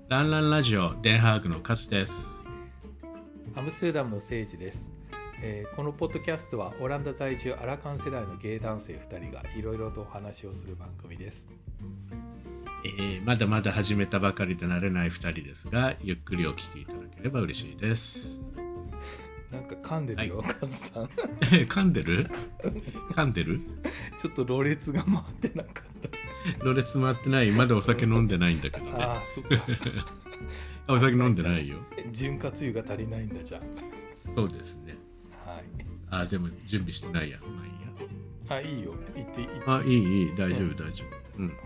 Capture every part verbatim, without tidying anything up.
ランランラジオデンハーグのカツです。 アムステルダムのセイジです、えー、このポッドキャストはオランダ在住アラカン世代のゲイ男性ふたりがいろいろとお話をする番組です。 えー、まだまだ始めたばかりで慣れないふたりですが、ゆっくりお聞きいただければ嬉しいです。 なんか噛んでるよ、はい、カズさん噛んでる噛んでるちょっとろれつが回ってなかったろれつ回ってない。まだお酒飲んでないんだけどね。 ああ、そっかお酒飲んでないよ。 潤滑油が足りないんだじゃあ。そうですね。 はい。 あ、でも準備してないや。まあいいや。 あ、いいよ。言っていい。 あ、いいいい。大丈夫、うん、大丈夫。うん。はい。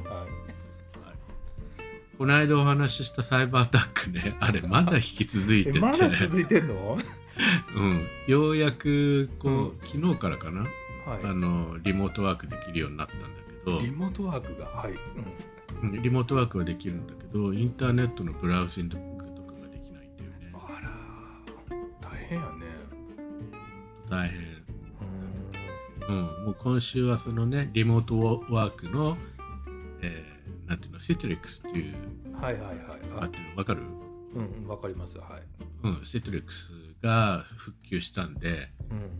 この間お話ししたサイバーアタックね、あれまだ引き続いててまだ続いてんのうん、ようやくこう、うん、昨日からかな、はい、あのリモートワークできるようになったんだけど、 リモートワークがはい、 うん、リモートワークはできるんだけど、インターネットのブラウジングとかができないんだよね。 あら、大変やね。 大変。うん、もう今週はそのね、リモートワークの、えー、なんていうの、シトリックスっていう、 はいはいはい、 あってるの分かる？ うん、分かります。はい。 うん、シトリックスが復旧したんで、 うんうん、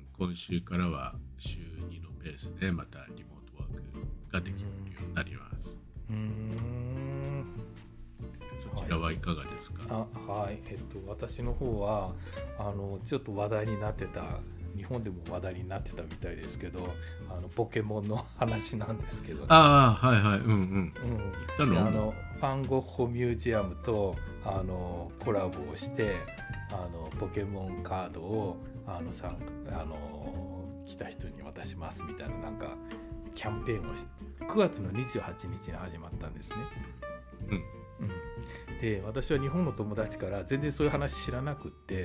今週からは週にのペースでまたリモートワークができるようになります。 うーん、 そちらはいかがですか？ はい、あ、はい、えっと私の方はあのちょっと話題になってた、日本でも話題になってたみたいですけど、あのポケモンの話なんですけど、ね、 ああ、はいはい、うんうん、うん、 行ったの？あのファン・ゴッホミュージアムとあのコラボをして、あのポケモンカードをあのさんあの来た人に渡しますみたいな、なんかキャンペーンをしくがつのにじゅうはちにちに始まったんですね。 うんうん、で私は日本の友達から全然そういう話知らなくって、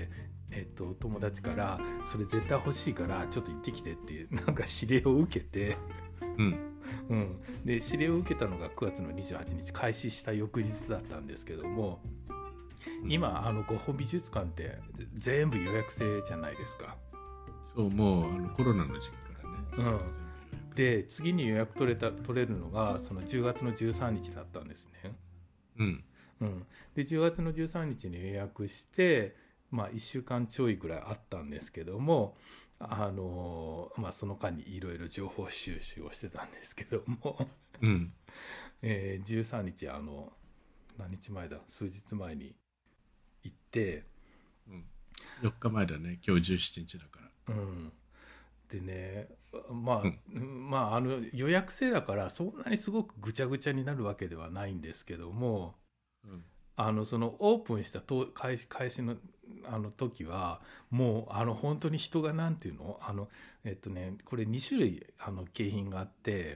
えっと、友達からそれ絶対欲しいからちょっと行ってきてってなんか指令を受けて、 うんうん、で指令を受けたのがくがつのにじゅうはちにち、開始した翌日だったんですけども、うん、今あのゴッホ美術館って全部予約制じゃないですか。 そう、もうあのコロナの時期からね、 うん、で次に予約取れた取れるのがそのじゅうがつのじゅうさんにちだったんですね。 うんうん、でじゅうがつのじゅうさんにちに予約して、まあ、いっしゅうかんちょいぐらいあったんですけども、あのーまあ、その間にいろいろ情報収集をしてたんですけども、 うんえー、じゅうさんにち、あの何日前だ数日前に行って、 うん、よっかまえだね、今日じゅうしちにちだから。 うん、でね、まあ、うん、まあ、あの予約制だからそんなにすごくぐちゃぐちゃになるわけではないんですけども、うん、あのそのオープンしたと開始、開始のあの時はもうあの本当に人がなんていうの、あのえっとねこれにしゅるいあの景品があって、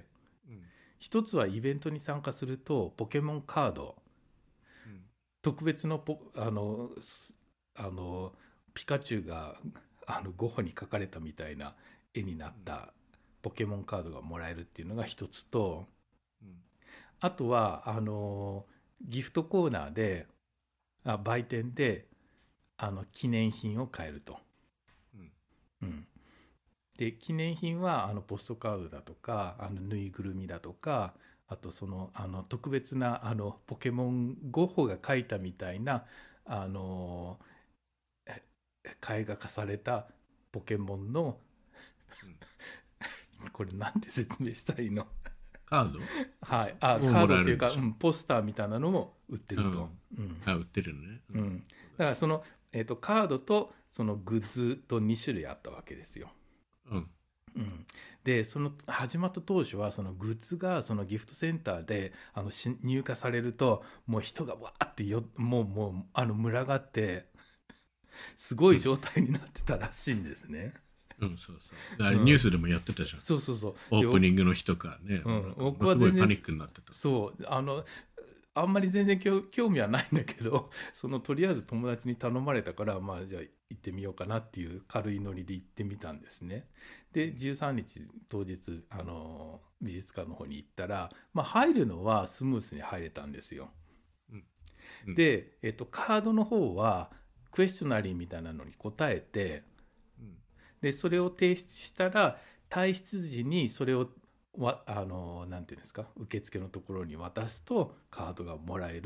うん、一つはイベントに参加するとポケモンカード、うん、特別のポあのあのピカチュウがあのゴッホに描かれたみたいな絵になったポケモンカードがもらえるっていうのが一つと、うん、あとはあのギフトコーナーで、あ売店であの記念品を買えると、うんうん、で記念品はあのポストカードだとか、あのぬいぐるみだとか、あとそのあの特別なあのポケモンゴッホが描いたみたいなあの絵画化されたポケモンの、うん、これなんて説明したらいいのカードはい、あカードっていうか、うん、ポスターみたいなのも売ってると、 うんうん、あ売ってるね、 うんうん、だからその、えーと、カードとそのグッズとにしゅるいあったわけですよ、うんうん、でその始まった当初はそのグッズがそのギフトセンターであの入荷されるともう人がわーってよもうもうあの群がってすごい状態になってたらしいんですね、 うんうん、そうそう、あれニュースでもやってたじゃん、うん、 そうそうそう、 オープニングの日とかね、うん、僕は全然すごいパニックになってた。 そうあのあんまり全然興味はないんだけど、そのとりあえず友達に頼まれたから、まあじゃあ行ってみようかなっていう軽いノリで行ってみたんですね。でじゅうさんにち当日あの美術館の方に行ったら、まあ、入るのはスムースに入れたんですよ、うんうん、で、えっと、カードの方はクエスチョナリーみたいなのに答えて、うん、でそれを提出したら退出時にそれをわあのなんていうんですか、受付のところに渡すとカードがもらえるっ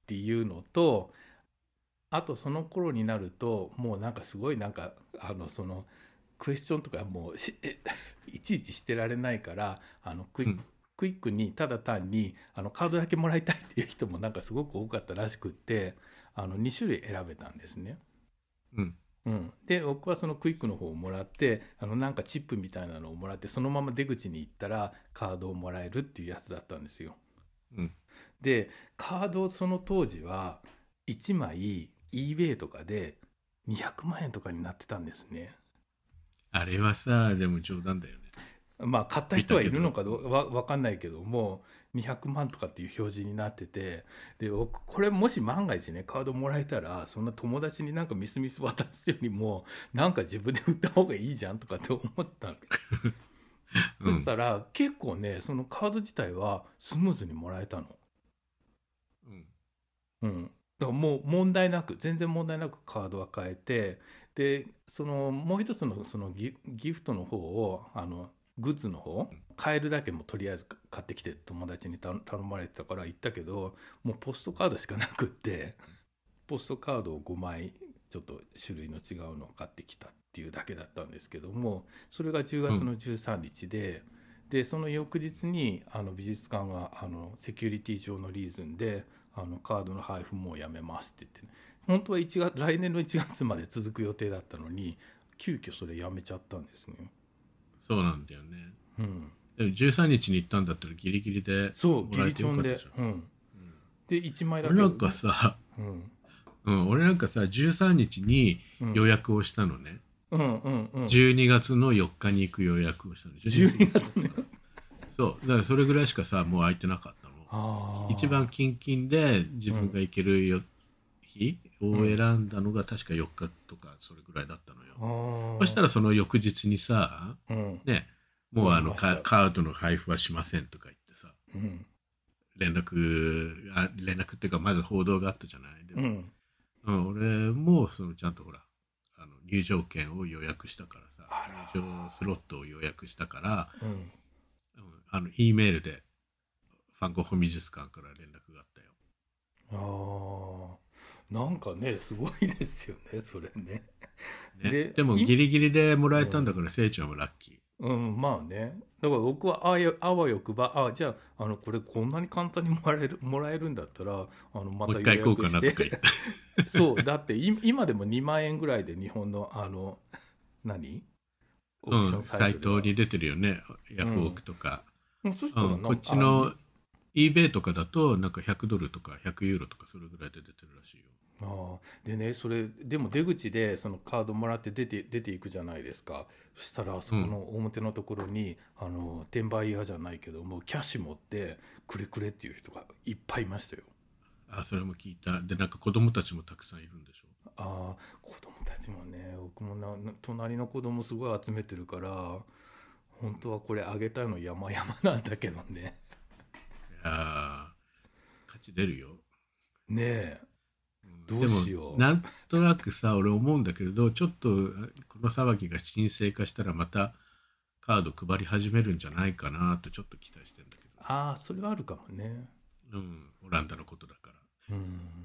っていうのと、あとその頃になるともうなんかすごいなんかあのそのクエスチョンとかもうしいちいちしてられないから、あのクイック、うんクイックにただ単にあのカードだけもらいたいっていう人もなんかすごく多かったらしくって、あのに種類選べたんですね。 うんうん、で僕はそのクイックの方をもらって、あのなんかチップみたいなのをもらって、そのまま出口に行ったらカードをもらえるっていうやつだったんですよ。 うん、 でカードその当時はいちまい eBay とかでにひゃくまんえんとかになってたんですね。 あれはさ、でも冗談だよね。 まあ買った人はいるのかどうか分かんないけども、にひゃくまんとかっていう表示になってて、で僕これもし万が一ねカードもらえたら、そんな友達になんかミスミス渡すよりもなんか自分で売った方がいいじゃんとかって思ったの、うん、そしたら結構ねそのカード自体はスムーズにもらえたの。うんうん、だからもう問題なく、全然問題なくカードは買えて、でそのもう一つのその ギ, ギフトの方をあのグッズの方買えるだけもとりあえず買ってきて友達に頼まれてたから行ったけど、もうポストカードしかなくって、ポストカードをごまいちょっと種類の違うのを買ってきたっていうだけだったんですけども、それがじゅうがつのじゅうさんにちで、うん、でその翌日にあの美術館があのセキュリティ上のリーズンであのカードの配布もうやめますって言って、ね、本当はいちがつ来年のいちがつまで続く予定だったのに急遽それやめちゃったんですね。 そうなんだよね、 うん、 でもじゅうさんにちに行ったんだったらギリギリでそうギリチョンで、うん、でいちまいだけ、 俺なんかさ、うんうん、俺なんかさじゅうさんにちに予約をしたのね、 うんうんうん、 じゅうにがつのよっかに行く予約をしたの。 じゅうにがつねそうだからそれぐらいしかさもう空いてなかったの。 あ一番近々で自分が行けるよ、うん、日を選んだのが確かよっかとかそれぐらいだったのよ。そしたらその翌日にさ、うん、ねもうあのカードの配布はしませんとか言ってさ、うん、連絡あ連絡っていうかまず報道があったじゃない。で、うんうん、俺もそのちゃんとほらあの入場券を予約したからさ、入場スロットを予約したから、うん、あの E メールでファンゴッホ美術館から連絡があったよ。あーなんかねすごいですよねそれ ね, ねで, でもギリギリでもらえたんだから、せいちゃんはラッキー。 うん、まあね。だから僕はあよあわよくば、あじゃあ、あのこれこんなに簡単にもらえるもらえるんだったら、あのまた予約して。そうだって今でもにまんえんぐらいで日本のあの何オークションサイト、うん、サイトに出てるよね。ヤフオクとか。 うん、そしたらなんか、 うん、こっちの eBay とかだとなんかひゃくドルとかひゃくユーロとかそれぐらいで出てるらしいよ。 あでねそれでも出口でそのカードもらって出て出ていくじゃないですか。そしたらそこの表のところに、うん、あの転売屋じゃないけどもキャッシュ持ってくれくれっていう人がいっぱいいましたよ。 あそれも聞いた。でなんか子供たちもたくさんいるんでしょ。 あ子供たちもね、僕もな隣の子供すごい集めてるから本当はこれあげたいの山々なんだけどね。 いや価値出るよねえ。どうしよう。 でもなんとなくさ俺思うんだけれど、ちょっとこの騒ぎが沈静化したらまたカード配り始めるんじゃないかなとちょっと期待してるんだけど。 ああそれはあるかもね。 うんオランダのことだから。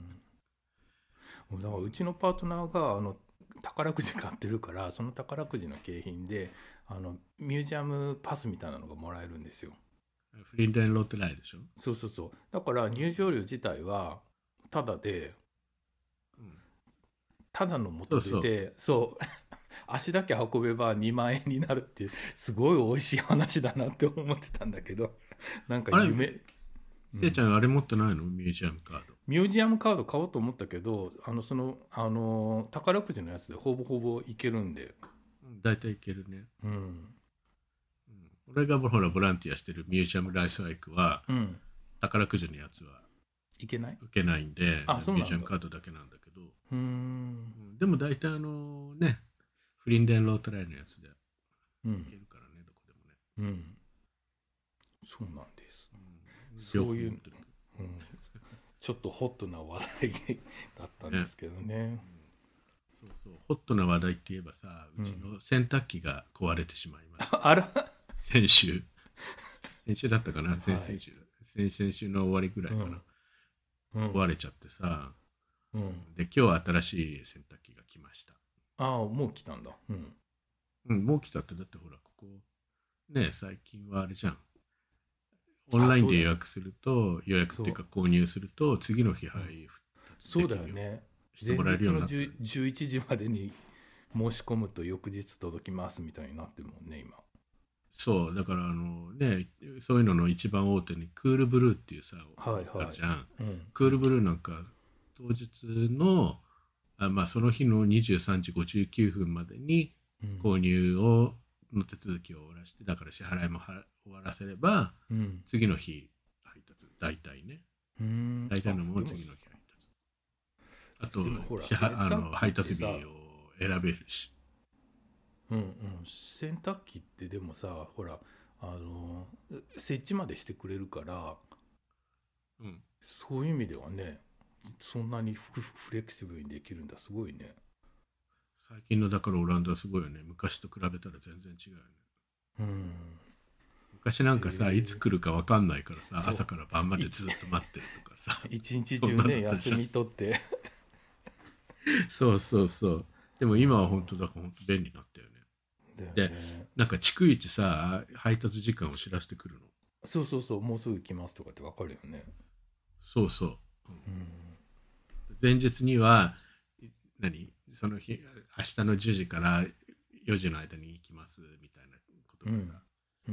うんだからうちのパートナーがあの宝くじ買ってるから、その宝くじの景品であのミュージアムパスみたいなのがもらえるんですよ。 フリンデンローテライでしょ。 そうそうそう。だから入場料自体はタダで、うん、タダの元手で、そうそう足だけ運べばにまんえんになるっていうすごい美味しい話だなって思ってたんだけど、なんか夢。 せいちゃんあれ持ってないの？ミュージアムカード。 ミュージアムカード買おうと思ったけど、あのそのあの宝くじのやつでほぼほぼいけるんで。 だいたいいけるね。 うん。 俺がほらボランティアしてるミュージアムライスワイクは、うん、宝くじのやつはいけない受けないんで、 あそうなんだ、 ミュージアムカードだけなんだけど、 うーんでも大体あのねフリンデンロートライのやつでいけるからね、うん、どこでもね。 うん、そうなんです。うん、そういう、うん、ちょっとホットな話題だったんですけどね。ねそうそうホットな話題って言えばさ、うちの洗濯機が壊れてしまいました。 うん、あら先週先週だったかな、先々週、はい、先々週の終わりぐらいかな、 壊れちゃってさ、 うん、 で今日新しい洗濯機が来ました。 ああ、もう来たんだ。うん、 うん、もう来たって。だってほらここね、最近はあれじゃん、オンラインで予約すると、予約っていうか購入すると次の日配達できるよ。そうだよね。前日のじゅういちじまでに申し込むと翌日届きますみたいになってるもんね今。 そうだからあのね、そういうのの一番大手にクールブルーっていうさ、 はいはい、 あるじゃん、 うん、 クールブルーなんか当日のあ、まあ、その日のにじゅうさんじごじゅうきゅうふんまでに購入をの手続きを終わらして、だから支払いもは終わらせれば、うん、次の日配達、大体ね、うん、大体のもの次の日配達、あと支払あの配達日を選べるし。 うんうん、洗濯機ってでもさ、ほらあの設置までしてくれるから、うん、そういう意味ではね、そんなにフレキシブルにできるんだ。すごいね。 最近のだからオランダはすごいよね。昔と比べたら全然違うよね。うん、昔なんかさ、えー、いつ来るか分かんないからさ、朝から晩までずっと待ってるとかさ、 一日中ね休み取ってそうそうそう。でも今は本当だから本当便利になったよね。で、なんか逐一さ、配達時間を知らせてくるの。 そうそうそう、もうすぐ来ますとかって分かるよね。 そうそう、うんうん、前日には何その日明日のじゅうじからよじの間に行きますみたいなことがさ、うんうん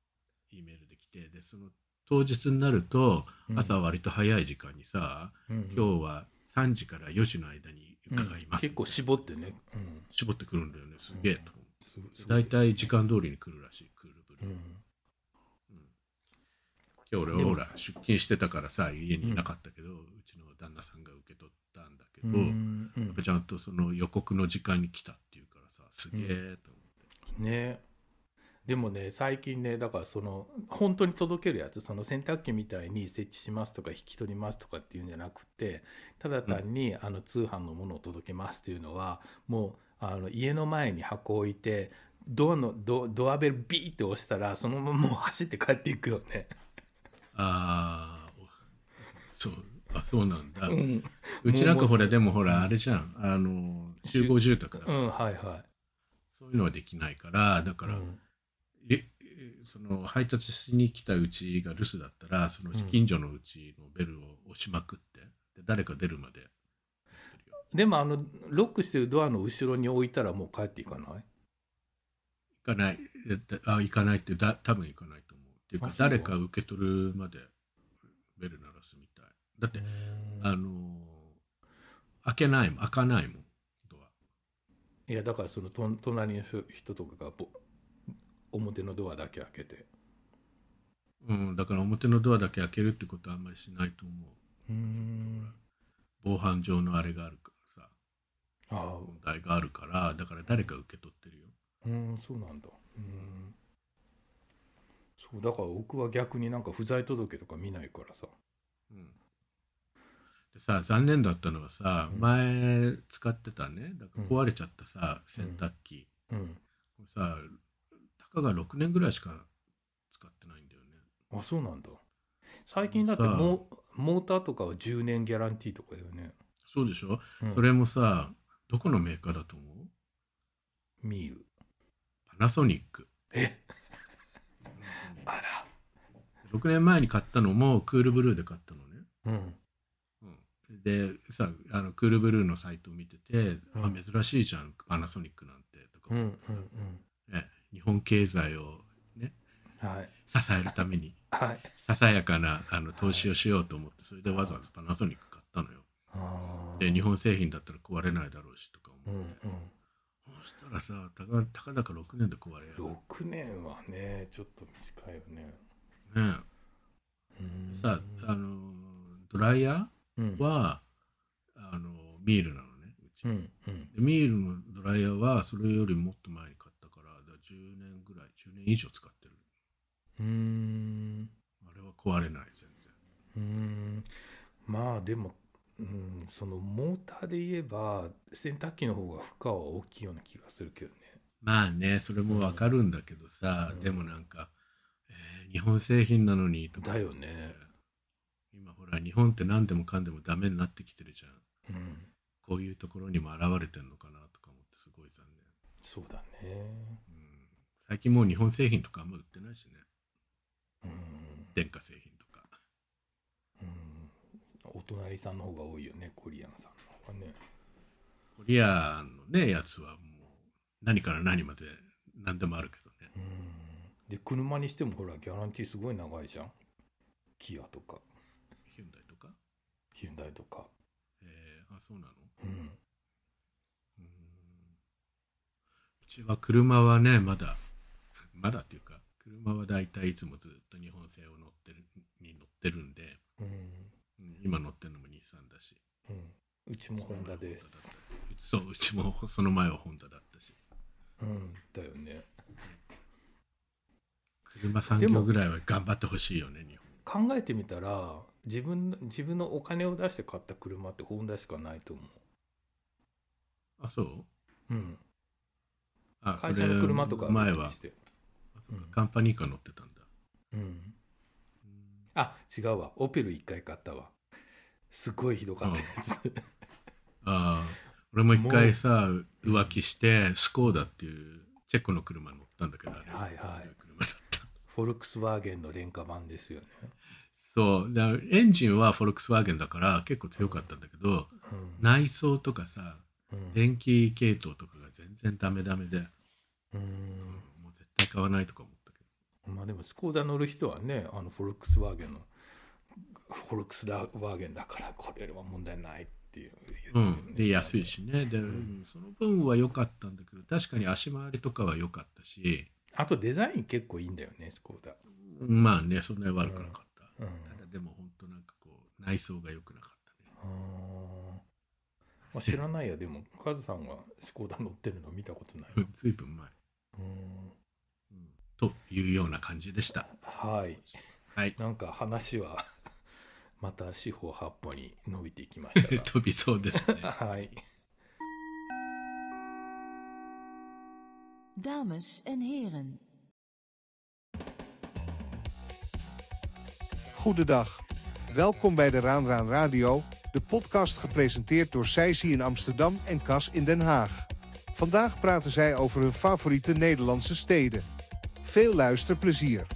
、E メールで来て、でその当日になると朝割と早い時間にさ、うんうん、今日はさんじからよじの間に伺います、うん、 結構絞ってね、 うん、絞ってくるんだよね。すげえと思う。だいたい時間通りに来るらしい、クールブルー、うんうん、今日俺はほら出勤してたからさ家にいなかったけど、うん、うちの旦那さんが受け取ったんだけど、うんうん、やっぱちゃんとその予告の時間に来たっていうからさ、すげえと思って、 うん、ね。でもね最近ね、だからその本当に届けるやつ、その洗濯機みたいに設置しますとか引き取りますとかっていうんじゃなくて、ただ単に、うん、あの通販のものを届けますっていうのは、もうあの家の前に箱を置いてドアの ド, ドアベルビーって押したらそのままもう走って帰っていくよね。 ああ、そう、あ、そうなんだ。うん、うちなんかほらでもほらあれじゃん、あの集合住宅だから、 うん、はいはい、 そういうのはできないから、だから、うん、その配達しに来たうちが留守だったら、その近所のうちのベルを押しまくって、で誰か出るまで。 でもあのロックしてるドアの後ろに置いたらもう帰っていかない？ 行かない。あ、行かないってだ多分行かないと思う。っていうか誰か受け取るまでベル鳴らすみたい。だってあの開けないもん、開かないもんドア。 いやだからそのと隣の人とかが表のドアだけ開けて、 うん、だから表のドアだけ開けるってことはあんまりしないと思う。うーん、防犯上のあれがあるからさ、あ問題があるから、だから誰か受け取ってるよ。 うん、そうなんだ。うん、そうだから僕は逆になんか不在届とか見ないからさ、うん、 でさ残念だったのはさ、うん、前使ってたね、だから壊れちゃったさ、うん、洗濯機、うんうん、さたかがろくねんぐらいしか使ってないんだよね。あ、 そうなんだ。最近だってモモーターとかはじゅうねんギャランティーとかだよね。 そうでしょ、うん、それもさどこのメーカーだと思う？ ミール。 パナソニック。えあら。ろくねんまえに買ったのもクールブルーで買ったのね。うんうん、でさあのクールブルーのサイトを見てて、うん、あ珍しいじゃんパナソニックなんてとか、うんうんうんね、日本経済を、ねはい、支えるために、はい、ささやかなあの投資をしようと思って、それでわざわざパナソニック買ったのよ。はい、で日本製品だったら壊れないだろうしとか思って、うんうん、そしたらさたかたかだかろくねんで壊れる。 ろくねんはねちょっと短いよね。 ねえさあ、あのドライヤーは、うん、あのミールなのねうち、うんうん、でミールのドライヤーはそれよりもっと前に買ったから、だからじゅうねんぐらいじゅうねん以上使ってる。うーんあれは壊れない全然。うーんまあでも、うん、そのモーターで言えば洗濯機の方が負荷は大きいような気がするけどね。 まあねそれもわかるんだけどさ、うん、でもなんか、えー、日本製品なのにとかだよね。 今ほら日本って何でもかんでもダメになってきてるじゃん、 うん、 こういうところにも現れてんのかなとか思ってすごい残念。 そうだね、 うん、最近もう日本製品とかあんま売ってないしね、 うん、 電化製品とか、 うん、お隣さんの方が多いよね、コリアンさんの方がね。 コリアンのねやつはもう何から何まで何でもあるけどね。 うん、で車にしてもほらギャランティーすごい長いじゃん。キアとかヒュンダイとかヒュンダイとか。 えー、あそうなの。 うん、 うんうちは車はねまだまだっていうか車はだいたいいつもずっと日本製を乗ってるに乗ってるんで、 うんうん、今乗ってるのも日産だし、 うん、うちもホンダです。 そう、うちもその前はホンダだったし、 うんだよね。 車産業ぐらいは頑張ってほしいよね日本。考えてみたら自分自分のお金を出して買った車ってホンダしかないと思う。 あそう。 うん。 あ会社の車とか前はカンパニーカー乗ってたんだ。 うん、うん、あ違うわ、オペル一回買ったわ。すごいひどかったやつ。 ああ俺も一回さ浮気してスコーダっていうチェコの車乗ったんだけど、はいはい、車だった。フォルクスワーゲンの廉価版ですよね。 そうだエンジンはフォルクスワーゲンだから結構強かったんだけど、うん、内装とかさ、うん、電気系統とかが全然ダメダメで、うん、うん、もう絶対買わないとか思ったけど。まあでもスコーダ乗る人はね、あのフォルクスワーゲンのフォルクスワーゲンだからこれは問題ないっていう言ってるよね、うん、で安いしねで、うん、その分は良かったんだけど確かに足回りとかは良かったし、あとデザイン結構いいんだよねスコーダ。 まあねそんなに悪くなかった、うん、ただでも本当なんかこう内装が良くなかったね。 あ、まあ、知らないやでもカズさんがスコーダ乗ってるの見たことない。 ずいぶん前、うん、というような感じでした。 はい、 はい、 なんか話はまた四方八方に伸びていきましたが飛びそうですね。 はい。 Dames en heren. Goedendag. Welkom bij de Raan Raan Radio, de podcast gepresenteerd door Sijsie in Amsterdam en Cas in Den Haag. Vandaag praten zij over hun favoriete Nederlandse steden. Veel luisterplezier.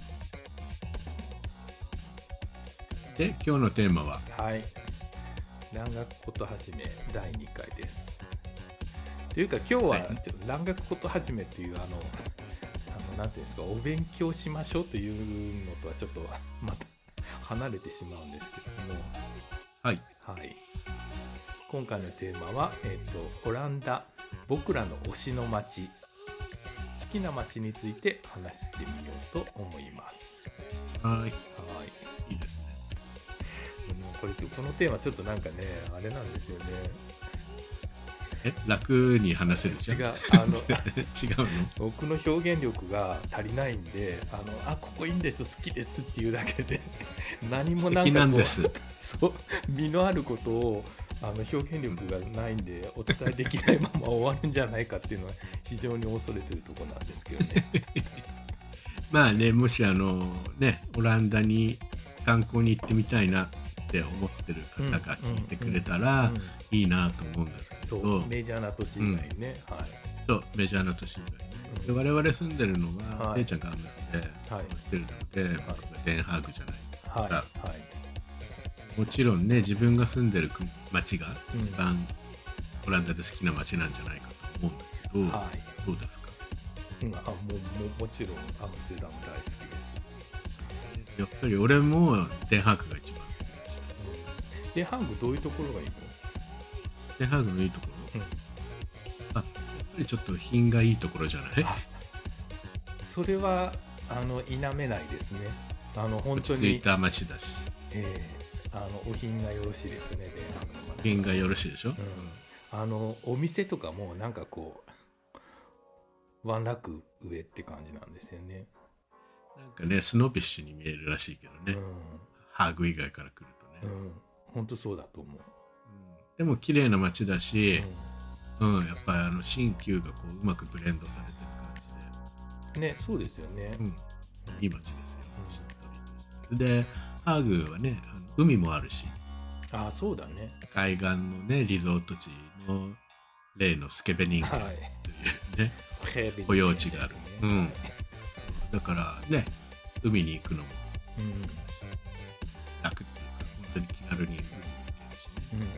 で今日のテーマははい蘭学ことはじめだいにかいです。というか今日は、はい、蘭学ことはじめっていうあのあのなんていうんですかお勉強しましょうというのとはちょっとまた離れてしまうんですけども、 はい、 はい、今回のテーマは、えーと、オランダ僕らの推しの街、好きな街について話してみようと思います。 はい、はい、 いいですね。これこのテーマちょっとなんかねあれなんですよね。 え楽に話せるじゃん。 違うあの違うの僕の表現力が足りないんであのあここいいんです好きですっていうだけで何もなんかこうそう身のあることをあの表現力がないんでお伝えできないまま終わるんじゃないかっていうのは非常に恐れてるところなんですけどね。 まあねもしあのねオランダに観光に行ってみたいなって思ってる方が聞いてくれたらいいなと思うんですけど、 そうメジャーな都市以外ね、うん、はい、 そうメジャーな都市以外ね、うん、で我々住んでるのは、はい、せいちゃんがアムスで、はい、してるので、はい、デンハーグじゃないですか、はいはい、もちろんね自分が住んでる街が一番、うん、オランダで好きな街なんじゃないかと思うんですけど、はい、どうですか？ うん、あもう も, もちろんアムステルダム大好きです。 やっぱり俺もデンハーグが一番好きです。 デンハーグどういうところがいいの？ デンハーグのいいところ、うん、あやっぱりちょっと品がいいところじゃない？ それはあの否めないですね。あの本当に落ち着いた街だし、 えー、あのお品がよろしいですね。デンハーグの街。 品がよろしいでしょ、 うん、あのお店とかもなんかこうワンランク上って感じなんですよね。 なんかねスノービッシュに見えるらしいけどね、うん、ハーグ以外から来るとね、うん、 本当そうだと思う、うん、 でも綺麗な街だし、うんうん、やっぱりあの新旧がこううまくブレンドされてる感じでね、そうですよね、 うん、いい街ですよ、うん、でハーグはねあの海もあるし、 ああそうだね、 海岸のねリゾート地の例のスケベニングというね、 はい、 保養地がある、ね、うん、だからね海に行くのも楽っていうか本当に気軽に海に行けるしね、うんうんうん、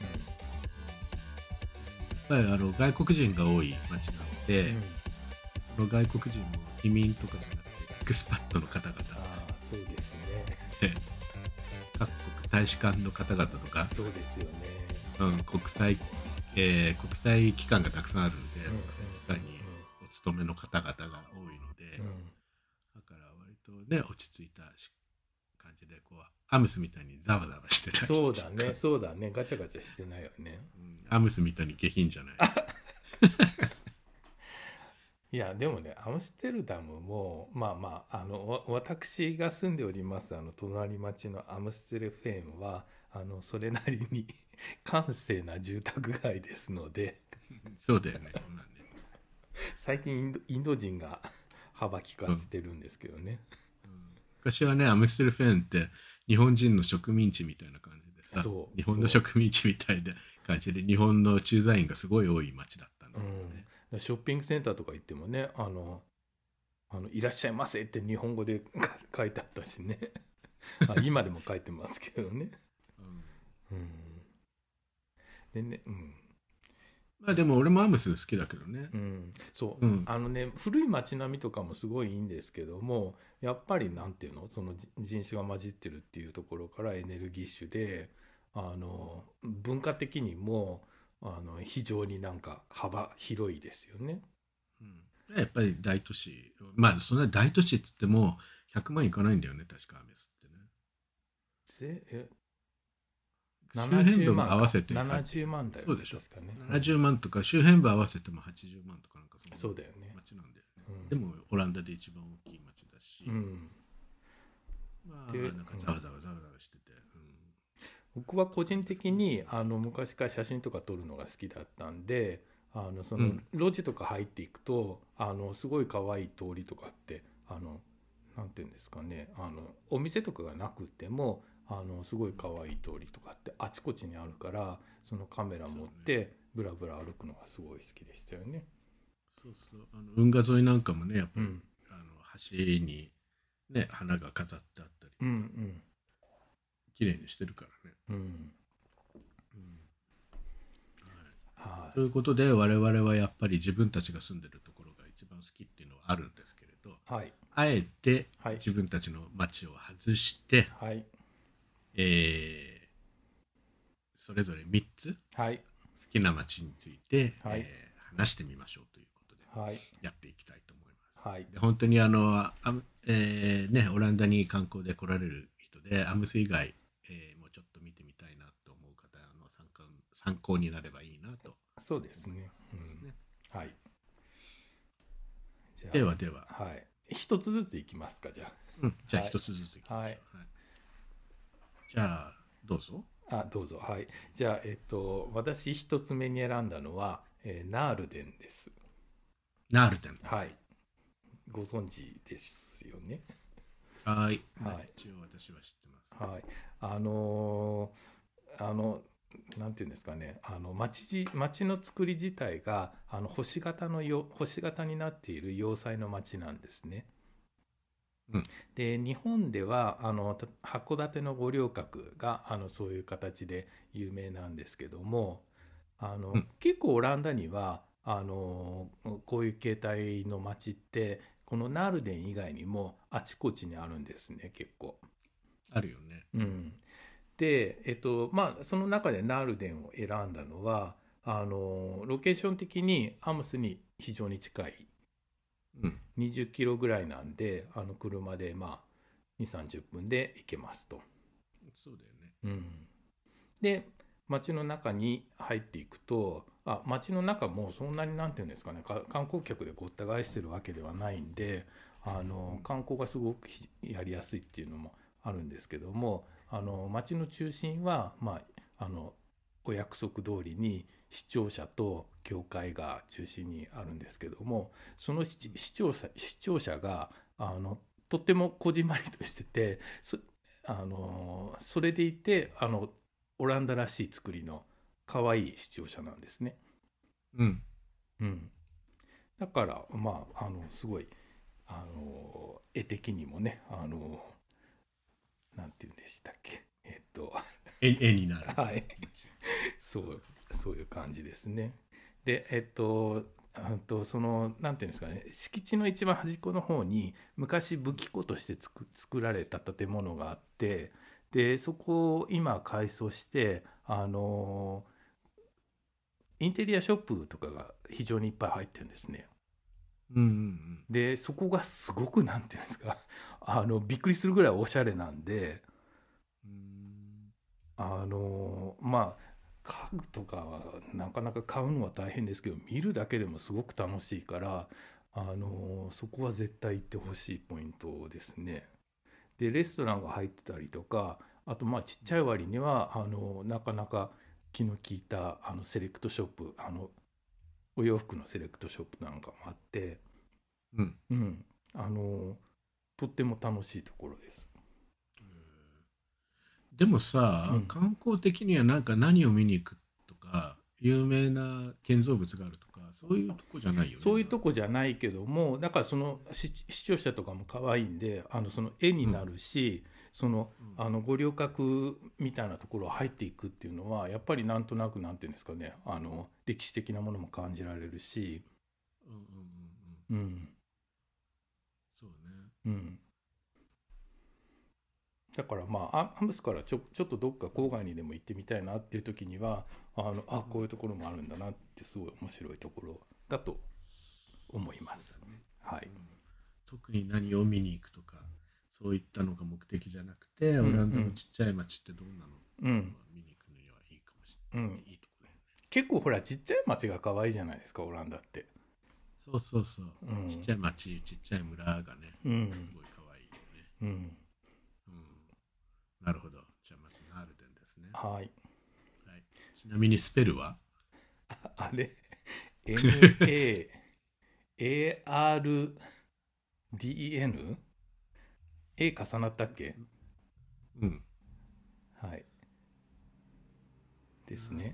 やっぱりあの外国人が多い街なので、うん、その外国人も移民とかじゃなくてエクスパットの方々、 あそうですね各国大使館の方々とか、 そうですよね、 うん、国際、えー、国際機関がたくさんあるので、うんうん、国際機関にお勤めの方々が多いので、うん、だから割とね落ち着いた感じでこうアムスみたいにザワザワしてない。 そうだねそうだねガチャガチャしてないよね、 うん、アムスみたいに下品じゃないいやでもねアムステルダムもまあまああの私が住んでおりますあの隣町のアムステルフェーンはあのそれなりに閑静な住宅街ですのでそうだよね最近インド、インド人が幅利かせてるんですけどね、 うんうん、昔はねアムステルフェーンって日本人の植民地みたいな感じでさ、そう日本の植民地みたいな感じで日本の駐在員がすごい多い町だったんだよね、 うん、ショッピングセンターとか行ってもねあのあのいらっしゃいませって日本語で書いてあったしねあ今でも書いてますけどね、うんうん、でね、うん、 まあでも俺もアムス好きだけどね、 うん、そう、うん、あのね古い街並みとかもすごいいいんですけどもやっぱりなんていうのその人種が混じってるっていうところからエネルギッシュであの文化的にもあの非常になんか幅広いですよね、 うん、やっぱり大都市まあそんな大都市っつってもひゃくまんいかないんだよね確かアメスってねぜえ周辺部も合わせてななじゅうまんだよね。 そうでしょ確かね。 ななじゅうまんとか周辺部合わせてもはちじゅうまんとかなんかそうだよね。 町なんだよね、うん、でもオランダで一番大きい町だし、うん、まあなんかざわざわざわざわしてて、うん、 僕は個人的にあの昔から写真とか撮るのが好きだったんであのその路地とか入っていくと、うん、あのすごい可愛い通りとかってあのなんていうんですかねあのお店とかがなくてもあのすごい可愛い通りとかってあちこちにあるからそのカメラ持ってブラブラ歩くのがすごい好きでしたよね。 そうそうあの運河沿いなんかもねやっぱり、うん、あの橋に、ね、花が飾ってあったり、うんうん、綺麗にしてるからね。うんうんはいはい、ということで我々はやっぱり自分たちが住んでるところが一番好きっていうのはあるんですけれど、はい、あえて自分たちの街を外して、はいえー、それぞれみっつ、はい、好きな街について、はいえー、話してみましょうということで、はい、やっていきたいと思います。はい、で本当にあのあ、えーね、オランダに観光で来られる人でアムス以外、えー、もうちょっと見てみたいなと思う方の参考、参考になればいいなと。 そうですね。うん、はい。 じゃあではでは、 はい、一つずついきますかじゃあ。 うん、じゃあ一つずついきましょう。はいはいじゃあどうぞ。 あどうぞはい。じゃあえっと私一つ目に選んだのは、えー、ナールデンです。 ナールデン。 はい。ご存知ですよね。 はい。はい。一応私は知ってます。 はい。あのー、あのなんていうんですかね。あの町町の作り自体があの星型のよ星型になっている要塞の町なんですね。うん、で日本ではあの函館の五稜郭があのそういう形で有名なんですけどもあの、うん、結構オランダにはあのこういう形態の町ってこのナールデン以外にもあちこちにあるんですね結構。 あるよね。 うん、で、えっとまあ、その中でナールデンを選んだのはあのロケーション的にアムスに非常に近い。うん、にじゅっキロぐらいなんであの車でまあにじゅうさんじゅっぷんで行けますと。 そうだよね、 うん、で街の中に入っていくとあ街の中もそんなになんていうんですかね観光客でごった返してるわけではないんであの観光がすごくやりやすいっていうのもあるんですけどもあの街の中心はまああのお約束通りに市庁舎と教会が中心にあるんですけどもその市庁舎、市庁舎があのとってもこじんまりとしてて そ, あのそれでいてあのオランダらしい作りの可愛い市庁舎なんですね。 うんうん、だからまああのすごいあの絵的にもね、あのなんていうんでしたっけ、えっと絵, 絵になるはいそうそういう感じですね。でえっとあとそのなんていうんですかね、敷地の一番端っこの方に昔武器庫としてつく作られた建物があって、でそこを今改装してあのインテリアショップとかが非常にいっぱい入ってるんですね。 うんうんうん、 でそこがすごくなんていうんですかあのびっくりするぐらいおしゃれなんで、 うんあのまあ家具とかはなかなか買うのは大変ですけど、見るだけでもすごく楽しいから、あのそこは絶対行ってほしいポイントですね。でレストランが入ってたりとか、あとまあちっちゃい割にはあのなかなか気の利いたあのセレクトショップ、あのお洋服のセレクトショップなんかもあって、 うんうん、あのとっても楽しいところです。 でもさ、 うん、 観光的にはなんか何を見に行くとか有名な建造物があるとかそういうとこじゃないよね。 そういうとこじゃないけども、だからその視聴者とかも可愛いんで、あのその絵になるし、うん、その、うん、あの五稜郭みたいなところ入っていくっていうのはやっぱりなんとなくなんていうんですかね、あの歴史的なものも感じられるし、 うんうんうんうん、うん、そうね、 うん、だからまあアムスからちょ、ちょっとどっか郊外にでも行ってみたいなっていう時にはあのあこういうところもあるんだなってすごい面白いところだと思います。ね、はい、うん、 特に何を見に行くとかそういったのが目的じゃなくて、うんうん、オランダのちっちゃい町ってどんなの、うん、見に行くのにはいいかもしれない、うん、いいとこだよね。 結構ほらちっちゃい町が可愛いじゃないですか、オランダって。 そうそうそう、うん、ちっちゃい町ちっちゃい村がね、うん、すごい可愛いよね。うん、うん、なるほど。じゃあまずナールデンですね。 はい、はい、 ちなみにスペルはあれ エヌエーエーアールディーイーエヌ？ A 重なったっけ？ うん。 はい。ですね。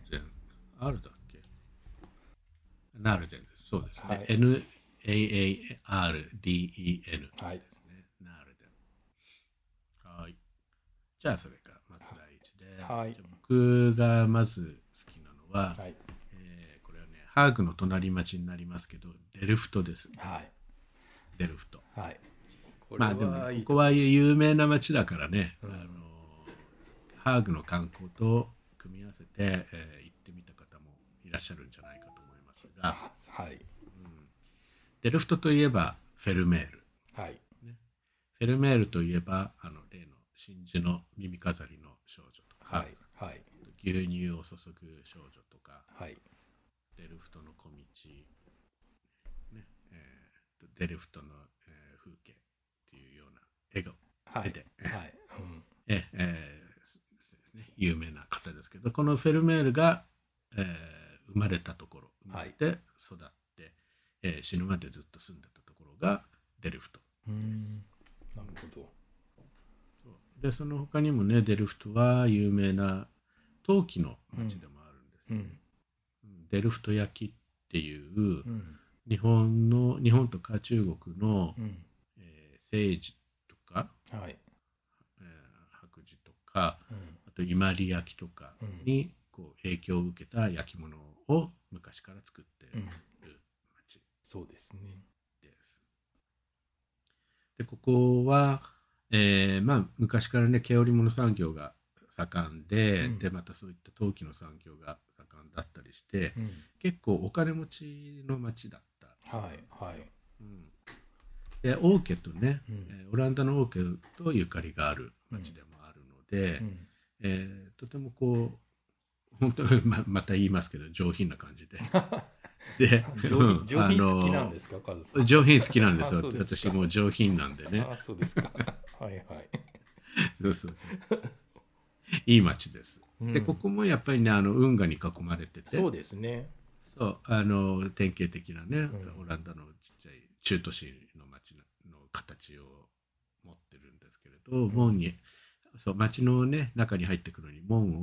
R だっけ？ナールデンです。そうですね。はい、エヌエーエーアールディーイーエヌ ですね。はい、ナールデン。はい。じゃあそれがまず第一で、はい、じゃ僕がまず好きなのは、はい、えー、これはねハーグの隣町になりますけどデルフトです。はい。デルフト。はい。これはいい、まあでも、ね、ここは有名な町だからね、うん、あのハーグの観光と組み合わせて、えー、行ってみた方もいらっしゃるんじゃないかと思いますが、はい、うん、デルフトといえばフェルメール、はいね、フェルメールといえばあの例の真珠の耳飾りの少女とか、はいはい、牛乳を注ぐ少女とか、はい、デルフトの小道、ねえー、デルフトの、えー、風景っていうような絵が、はい、絵で、はいうん、ええーね、有名な方ですけど、このフェルメールが、えー、生まれたところ、生まれて育って、はいえー、死ぬまでずっと住んでたところがデルフトです。うーん、なるほど。でその他にもね、デルフトは有名な陶器の町でもあるんですよ、ねうん、デルフト焼きっていう、うん、日本の日本とか中国の、うんえー、青磁とか、はいえー、白磁とか、うん、あと伊万里焼とかにこう影響を受けた焼き物を昔から作っている町、うん、そうですねです。でここはえーまあ、昔からね毛織物産業が盛んで、うん、でまたそういった陶器の産業が盛んだったりして、うん、結構お金持ちの町だったはいはいうん、で王家とね、うんえー、オランダの王家とゆかりがある町でもあるので、うんえー、とてもこう本当に ま, また言いますけど上品な感じでで上, 上品好きなんですか、カズさん。 上品好きなんですよ。私もう上品なんでね。 あ、そうですか。はいはい。 そうそうそう。いい町です。うん、でここもやっぱりねあの運河に囲まれてて。 そうですね。 そうあの典型的なね、うん、オランダのちっちゃい中都市の町の形を持ってるんですけれど、うん、門にそう町のね中に入ってくるのに門を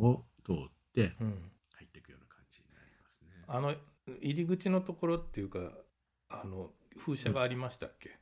通って入っていくような感じになりますね。 あの入り口のところっていうかあの風車がありましたっけ？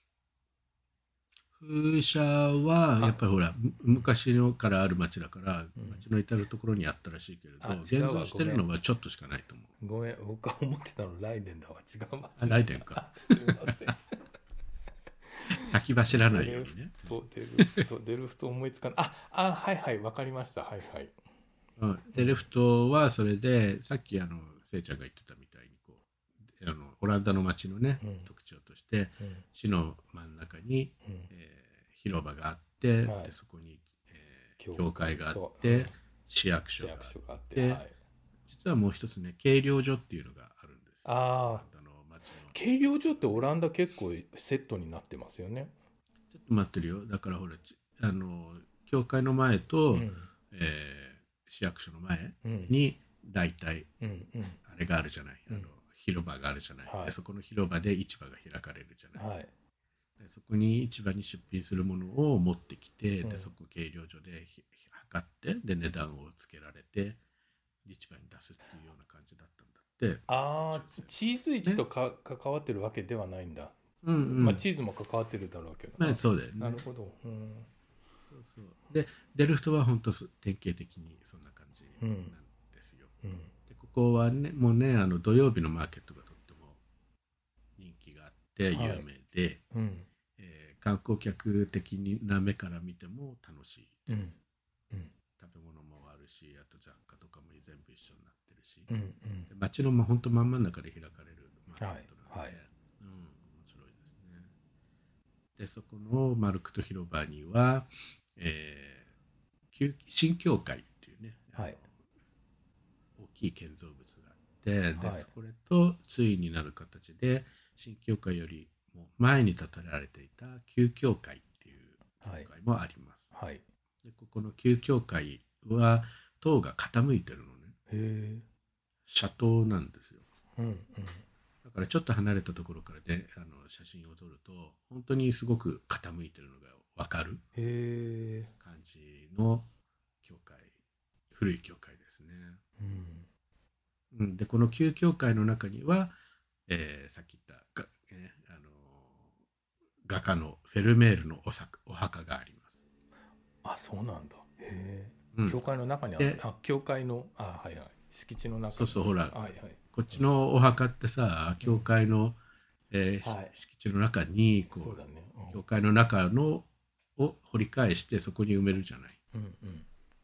風車はやっぱりほら昔のからある町だから町の至るところにあったらしいけれど、現存してるのはちょっとしかないと思う。 ごめん、僕は思ってたのライデンだわ。違うわ。 ライデンか。 すみません。 先走らないようにね。 デルフト、デルフト思いつかない。あ、あ、はいはい、わかりました。はいはい。 うん、デルフトはそれでさっきあのせいちゃんが言ってたみたいにこうあのオランダの町のね、うん、特徴として、うん、市の真ん中に、うんえー、広場があって、はい、でそこに、えー、教会があって、うん、市役所があって、はい、実はもう一つね計量所っていうのがあるんですよ。 ああ。計量所ってオランダ結構セットになってますよね。 ちょっと待ってるよ。だからほらあの教会の前と、うんえー、市役所の前に大体、うんうん、あれがあるじゃない、うん、あの広場があるじゃない、はい、でそこの広場で市場が開かれるじゃない、はい、でそこに市場に出品するものを持ってきて、うん、でそこ計量所で測ってで値段をつけられて市場に出すっていうような感じだったんだって。 ああ、チーズ市とか関わってるわけではないんだ。うんうん、まあチーズも関わってるだろうけど、 まあ、そうだよね。 なるほど。うん、 そうそうでデルフトは本当典型的にそんな感じなんですよ。うんうん、でここはねもうねあの土曜日のマーケットがとっても人気があって有名で、はいうんえー、観光客的な目から見ても楽しいです。うんうん、食べ物もあるしあと雑貨とかも全部一緒になってるし、うんうん、で街の本当真ん真ん中で開かれるマーケットなので、はいはいうん、面白いですね。でそこのマルクト広場には、えー、新教会っていうね、はい、大きい建造物があってで、はい、これと対になる形で新教会よりも前に建てられていた旧教会っていう教会もあります。はいはい、でここの旧教会は塔が傾いてるのね。へー。斜塔なんですよ。うんうん、だからちょっと離れたところからであの写真を撮ると本当にすごく傾いてるのが分かる感じの教会、古い教会ですね。うんうん、でこの旧教会の中には、えー、さっき言ったが、ね、あの画家のフェルメールの お, お墓があります。 あ、そうなんだ。へえ、うん。教会の中にある。あ、教会のあはいはい敷地の中に。 そうそうほら、はいはい、こっちのお墓ってさ教会の、うんえーはい、敷地の中にこうそうだね、うん、教会の中のを掘り返してそこに埋めるじゃない。うんうんうん、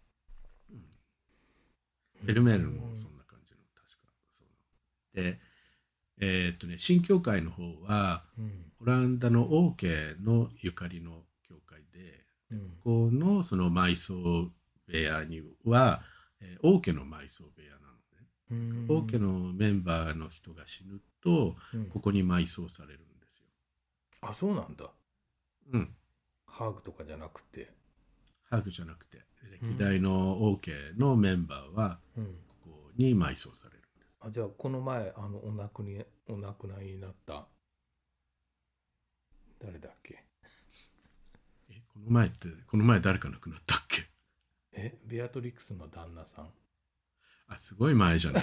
フェルメールもそんな感じの確かそうで、えー、っとね新教会の方は、うん、オランダの王家のゆかりの教会で、うん、ここのその埋葬部屋には、えー、王家の埋葬部屋なので、ね、王家のメンバーの人が死ぬと、うん、ここに埋葬されるんですよ。 あ、そうなんだ。 うん。 ハーグとかじゃなくて。 ハーグじゃなくて、歴代の王家のメンバーはここに埋葬されるんです。 うん、あ、じゃあこの前あのお亡くにお亡くなりになった誰だっけ？ え、この前ってこの前誰か亡くなったっけ？ え、ベアトリックスの旦那さん。 あ、すごい前じゃない。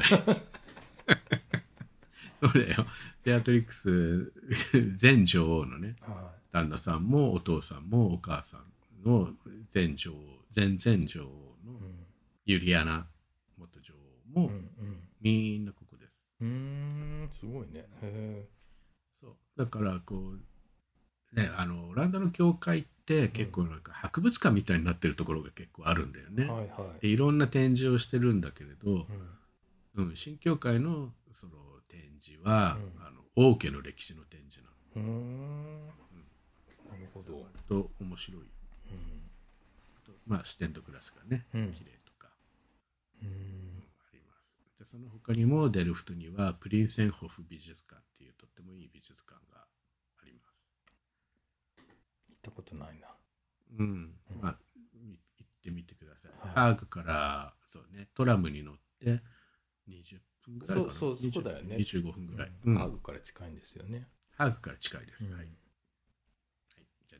そうだよ。ベアトリックス前女王のね、はい、旦那さんもお父さんもお母さんの前女王、前々女王のユリアナ元女王も、うんうん、みんなここです。 うーん、すごいね。へそうだからこうね、あのオランダの教会って結構なんか博物館みたいになってるところが結構あるんだよね。はいはい、でいろんな展示をしてるんだけれど、うんうん、新教会のその展示は、うん、あの王家の歴史の展示なの。うーん、うん、 なるほど。 と面白い。うん、あとまあステンドグラスがね、うん、綺麗とか、うん、あります。でその他にもデルフトにはプリンセンホフ美術館っていうとってもいい美術館があります。 行ったことないな。 うん、うん、まあ行ってみてください。はい、ハーグからそうねトラムに乗ってにじゅっぷんぐらいかな。 そうそうそうだよね。 にじゅうごふんぐらい、 うんうん。ハーグから近いんですよね。 ハーグから近いです。うん、はい。はい、じゃあ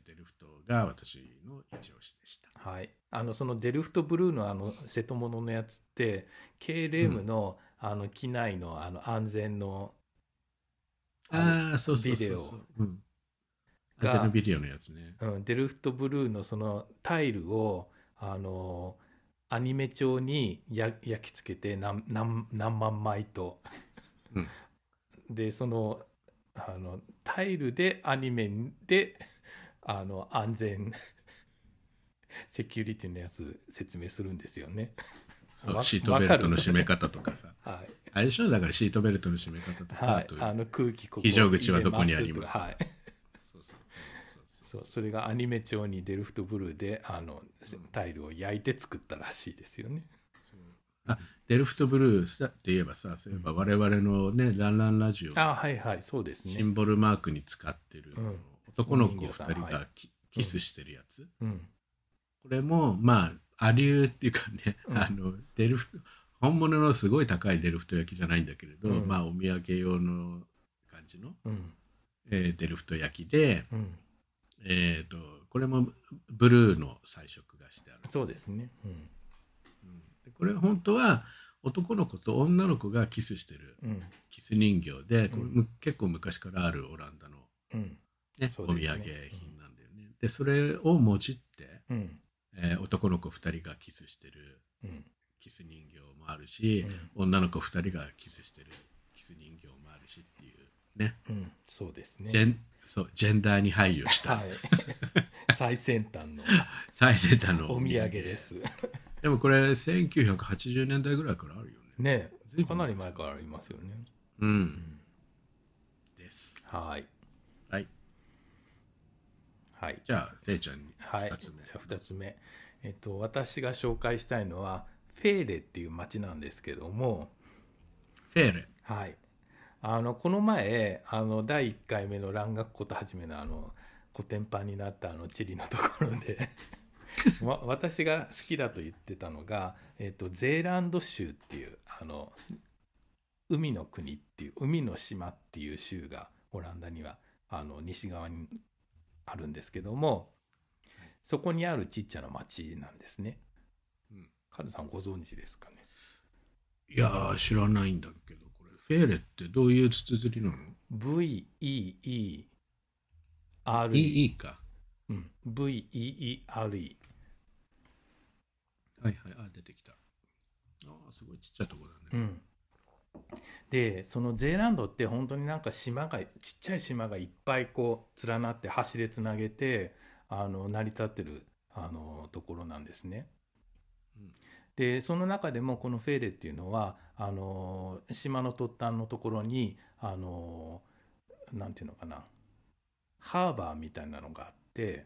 デルフトが私の一押しでした。 はい、あのそのデルフトブルーのあの瀬戸物のやつって ケーエルエム の、うん、あの機内のあの安全のああそうそうそうそう、うん、安全のビデオのやつね、 うん、デルフトブルーのそのタイルをあのアニメ調に焼き付けて 何, 何, 何万枚と、うん、でそのあのタイルでアニメであの安全セキュリティのやつ説明するんですよね。 そうシートベルトの締め方とかさ、はい、あれでしょだからシートベルトの締め方とか、 はい、あの空気ここ非常口はどこにありますか、 はい、そうそれがアニメ調にデルフトブルーであの、うん、タイルを焼いて作ったらしいですよね。 そうあデルフトブルーって言えばさ、そういえば我々のねランランラジオあはいはいそうですねシンボルマークに使ってる、うん、男の子ふたりが キ,、はい、キスしてるやつ、うん、これもまあアリューっていうかね、うん、あのデルフト本物のすごい高いデルフト焼きじゃないんだけれど、うん、まあお土産用の感じの、うんえー、デルフト焼きで、うんえー、とこれもブルーの彩色がしてある。 そうですね、うんうん、でこれ本当は男の子と女の子がキスしてる、うん、キス人形で、これ結構昔からあるオランダの、うんね、お土産品なんだよね。でそれを用いて、うんえー、男の子ふたりがキスしてる、うん、キス人形もあるし、うん、女の子ふたりがキスしてるキス人形もあるしっていうね、 うん、そうですねジェンそうジェンダーに配慮した、はい、 最先端の最先端のお土産ですでもこれせんきゅうひゃくはちじゅうねんだいぐらいからあるよね。ねかなり前からありますよね。 うん、うん、です。 はいはいはい。じゃあせいちゃんにふたつめ、 はい、じゃあふたつめ、えっと私が紹介したいのはフェーレっていう町なんですけども。 フェーレはいあのこの前あのだいいっかいめの蘭学ことはじめのあの古典版になったあの地理のところでわ私が好きだと言ってたのが、えっと、ゼーランド州っていうあの海の国っていう海の島っていう州がオランダにはあの西側にあるんですけども、そこにあるちっちゃな町なんですね。うん、カズさんご存知ですかね。 いやー知らないんだけど、これフェーレってどういう綴りなの？ ブイイーイーアールイー か、 うん、ブイイーイーアールイー はいはいあ出てきた。あすごいちっちゃいとこだね。 うんでそのゼーランドって本当になんか島がちっちゃい島がいっぱいこう連なって橋でつなげてあの成り立ってるあのところなんですね。うん、でその中でもこのフェーレっていうのはあの島の突端のところにあのなんていうのかなハーバーみたいなのがあって、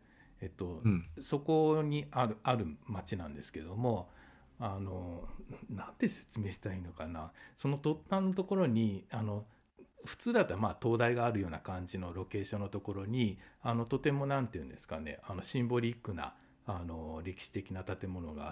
えっとうん、そこにあるある町なんですけども。あのなんて説明したらいいのかな、その突端のところにあの普通だったらまあ灯台があるような感じのロケーションのところにあのとてもなんていうんですかねあのシンボリックなあの歴史的な建物があって、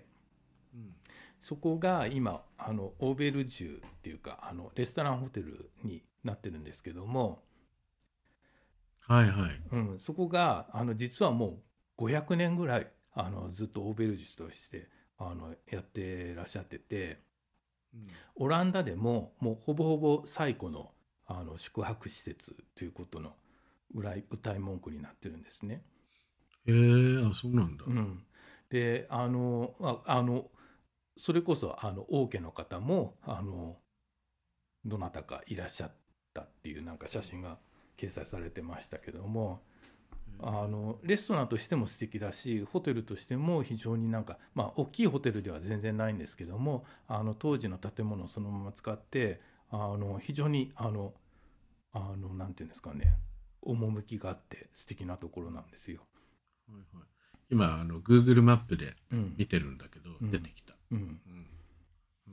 うん、そこが今あのオーベルジュっていうかあのレストランホテルになってるんですけども、 はいはい、 うん、そこがあの実はもうごひゃくねんぐらいあのずっとオーベルジュとしてあのやってらっしゃってて、うん、オランダでももうほぼほぼ最古の、あの宿泊施設ということの歌い文句になってるんですね。 へえー、あそうなんだ。 うん、であのああのそれこそあの王家の方もあのどなたかいらっしゃったっていうなんか写真が掲載されてましたけども。あのレストランとしても素敵だしホテルとしても非常になんかまあ大きいホテルでは全然ないんですけどもあの当時の建物をそのまま使ってあの非常にあのあのなんていうんですかね趣があって素敵なところなんですよ。 はいはい、今あの Google マップで見てるんだけど、うん、出てきた、うんうんうん、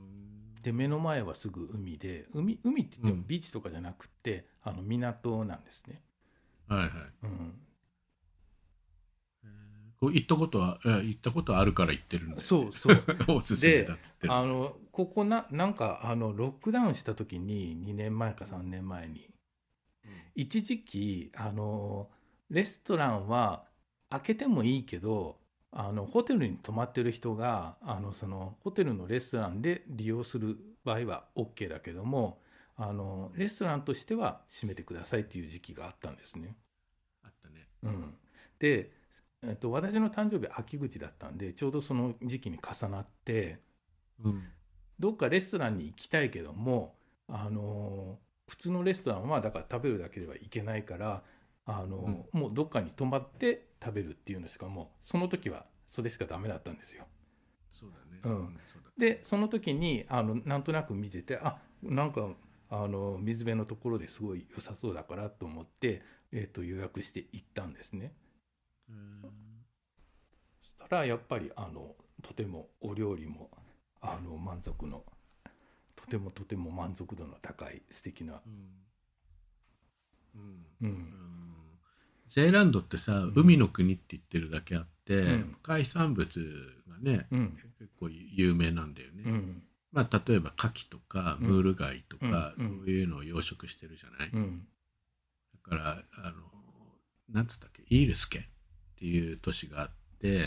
で目の前はすぐ海で 海, 海って言ってもビーチとかじゃなくて、うん、あの港なんですね。 はいはい、うん行ったことは行ったことあるから行ってるんだよね。 そうそうおすすめだっつってる。 であのここななんかあのロックダウンした時ににねんまえかさんねんまえに、うん、一時期あのレストランは開けてもいいけど、あのホテルに泊まってる人があのそのホテルのレストランで利用する場合は OK だけども、あのレストランとしては閉めてくださいっていう時期があったんですね。 あったね。 うん、で、えっと、私の誕生日秋口だったんで、ちょうどその時期に重なって、 うん、 どっかレストランに行きたいけども、あの普通のレストランはだから食べるだけではいけないから、あの、うん、もうどっかに泊まって食べるっていうのしか、もうその時はそれしかダメだったんですよ。 そうだね。 うん。うん、でその時にあのなんとなく見てて、あ、なんかあの水辺のところですごい良さそうだからと思って、えー、と予約して行ったんですね。うん、そしたらやっぱりあのとてもお料理もあの満足のとてもとても満足度の高い素敵な、 うんうんうん、ゼーランドってさ、うん、海の国って言ってるだけあって、うん、海産物がね、うん、結構有名なんだよね。うん、まあ、例えば牡蠣とかムール貝とか、うん、そういうのを養殖してるじゃない、うん、だからあのなんつったっけ、イールスケっていう都市があって、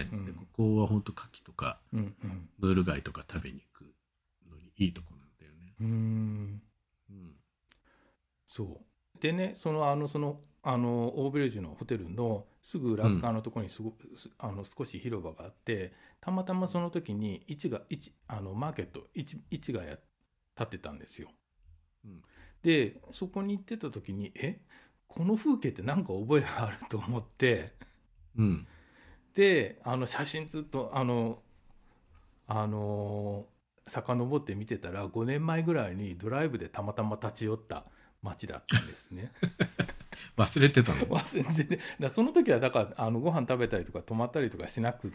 うん、でここは本当牡蠣とか、うんうん、ムール貝とか食べに行くのにいいとこなんだよね。うーん、 うん、そうでね、そのあのそのあのオーベルジュのホテルのすぐ裏側のところにすご、うん、あの少し広場があって、たまたまその時に市が市あのマーケット市市がや立ってたんですよ。うん、でそこに行ってた時に、えこの風景ってなんか覚えがあると思って、うん、であの写真ずっとあのあの遡って見てたら、ごねんまえぐらいにドライブでたまたま立ち寄った街だったんですね。 忘れてたの？ 忘れてて、だその時はだからあのご飯食べたりとか泊まったりとかしなくって、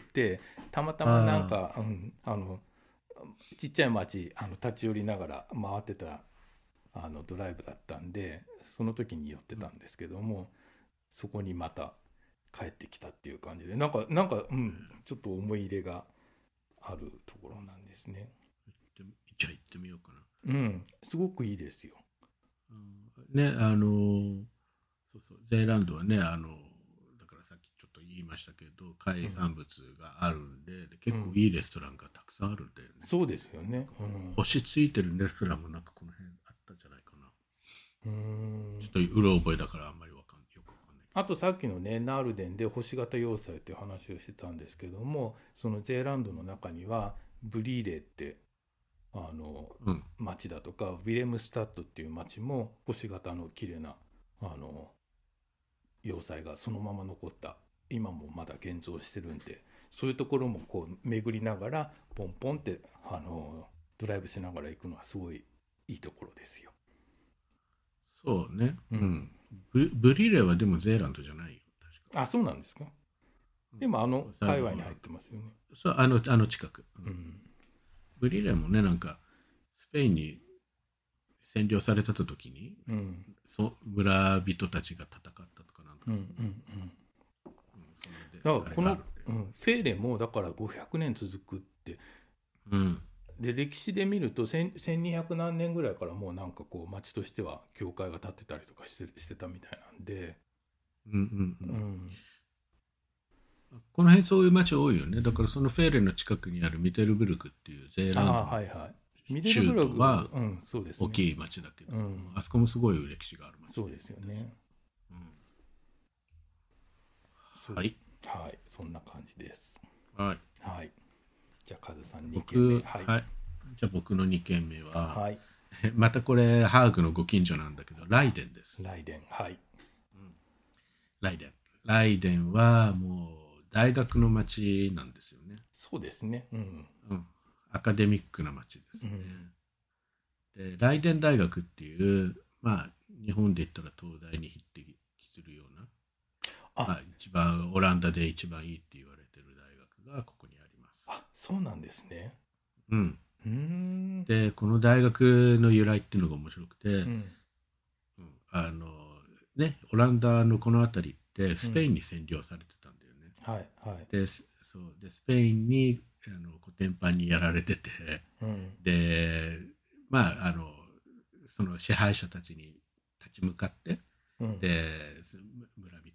たまたまなんかあ、うん、あのちっちゃい町あの立ち寄りながら回ってたあのドライブだったんで、その時に寄ってたんですけども、うん、そこにまた帰ってきたっていう感じで、なんかなんか、うん、ちょっと思い入れがあるところなんですね。 じゃあ行ってみようかな。うん、すごくいいですよ。 うん、ね、あのそうそう、ゼーランドはね、あのだからさっきちょっと言いましたけど、海産物があるんで、うん、で結構いいレストランがたくさんあるんだよね。 うん、そうですよね。うん、 星ついてるレストランもなんかこの辺あったんじゃないかな。うーん、ちょっとうろ覚えだからあんまりわかんない、よくわかんない。 あとさっきのね、ナールデンで星型要塞っていう話をしてたんですけども、そのゼーランドの中にはブリーレってあの、うん、町だとか、ウィレムスタッドっていう町も星型の綺麗なあの要塞がそのまま残った、今もまだ現像してるんで、そういうところもこう巡りながらポンポンってあのドライブしながら行くのはすごいいいところですよ。 そうね、うん、ブ, ブリレはでもゼーランドじゃないよ、 確か。あ、そうなんですか。でもあの界隈に入ってますよね。 そう、あのあの近く、うん、ブリレもね、なんかスペインに占領されてた時に、うん、そ村人たちが戦ったとかなんか、うんうんうん、 だからこの、うん、フェーレもだからごひゃくねん続くって、うん、で歴史で見るとせんにひゃくなんねんぐらいからもうなんかこう町としては教会が建ってたりとかして、してたみたいなんで、うんうんうん、うん、 この辺そういう町多いよね。だからそのフェーレの近くにあるミテルブルクっていうゼーランド、あ、はいはい、ミテルブルクは大きい町だけど、うん、あそこもすごい歴史がある町。 そうですよね、 うん、はいはい、そんな感じです。 はい、 はい、じゃあカズさんにけんめ、 はい、はい、じゃあ僕のにけんめは、 はい、 またこれハーグのご近所なんだけど、ライデンです。 ライデン、はい、うん、 ライデンライデンはもう大学の町なんですよね。 そうですね、うんうん、アカデミックな町ですね、うん、でライデン大学っていう、まあ日本で言ったら東大に匹敵するような、あ、まあ、一番オランダで一番いいって言われてる大学がここにあります。 あ、そうなんですね。 うん。うーん、でこの大学の由来っていうのが面白くて、うんうん、あのね、オランダのこの辺りってスペインに占領されてたんだよね、 うん、はいはい、 でそうでスペインにあのコテンパンにやられてて、うん、でまああのその支配者たちに立ち向かって、うん、で村人っていうか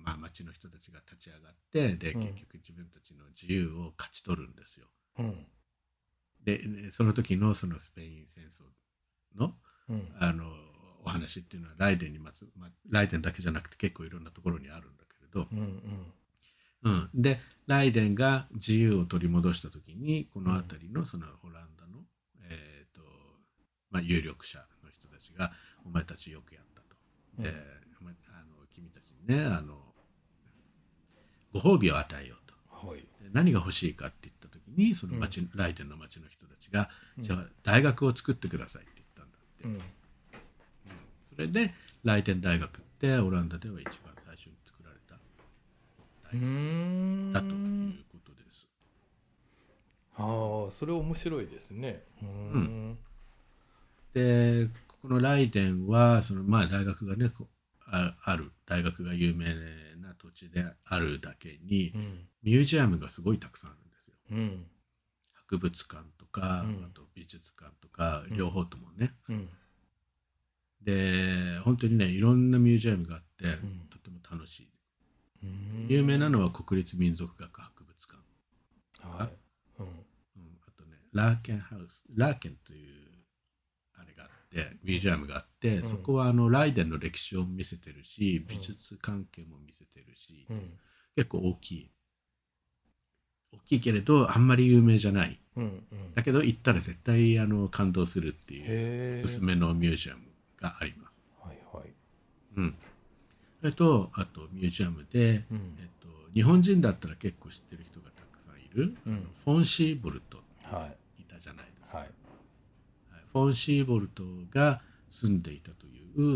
まあ、町の人たちが立ち上がってで、結局自分たちの自由を勝ち取るんですよ。うん、でその時のそのスペイン戦争の、うん、あのお話っていうのはライデンにまつ、まあ、ライデンだけじゃなくて結構いろんなところにあるんだけれど、うんうんうん、でライデンが自由を取り戻した時にこの辺りのそのオランダの、えーとまあ、有力者の人たちがお前たちよくやったと、うん、であの君たちにねあのご褒美を与えようと、はい、何が欲しいかって言った時にその町、うん、ライデンの町の人たちが、うん、じゃあ大学を作ってくださいって言ったんだって、うんうん、それでライデン大学ってオランダでは一番最初に作られた大学だということです。 ああ、それ面白いですね。うーん、うん、 でこのライデンはその、まあ、大学がねあ, ある大学が有名な土地であるだけに、うん、ミュージアムがすごいたくさんあるんですよ、うん、博物館とか、うん、あと美術館とか、うん、両方ともね、うん、で本当にねいろんなミュージアムがあって、うん、とても楽しい、うん、有名なのは国立民族学博物館とか、はい、うんうん、あとねラーケンハウスラーケンというあれがあってミュージアムがあって、うん、そこはあのライデンの歴史を見せてるし美術関係も見せてるし、うん、結構大きい大きいけれどあんまり有名じゃない、うんうん、だけど行ったら絶対あの感動するっていうおすすめのミュージアムがあります。はいはい、うん、それとあとミュージアムで、うん、えっと、日本人だったら結構知ってる人がたくさんいる、うん、フォン・シーボルトいたじゃないですか、はいはい、フォン・シーボルトが住んでいたという、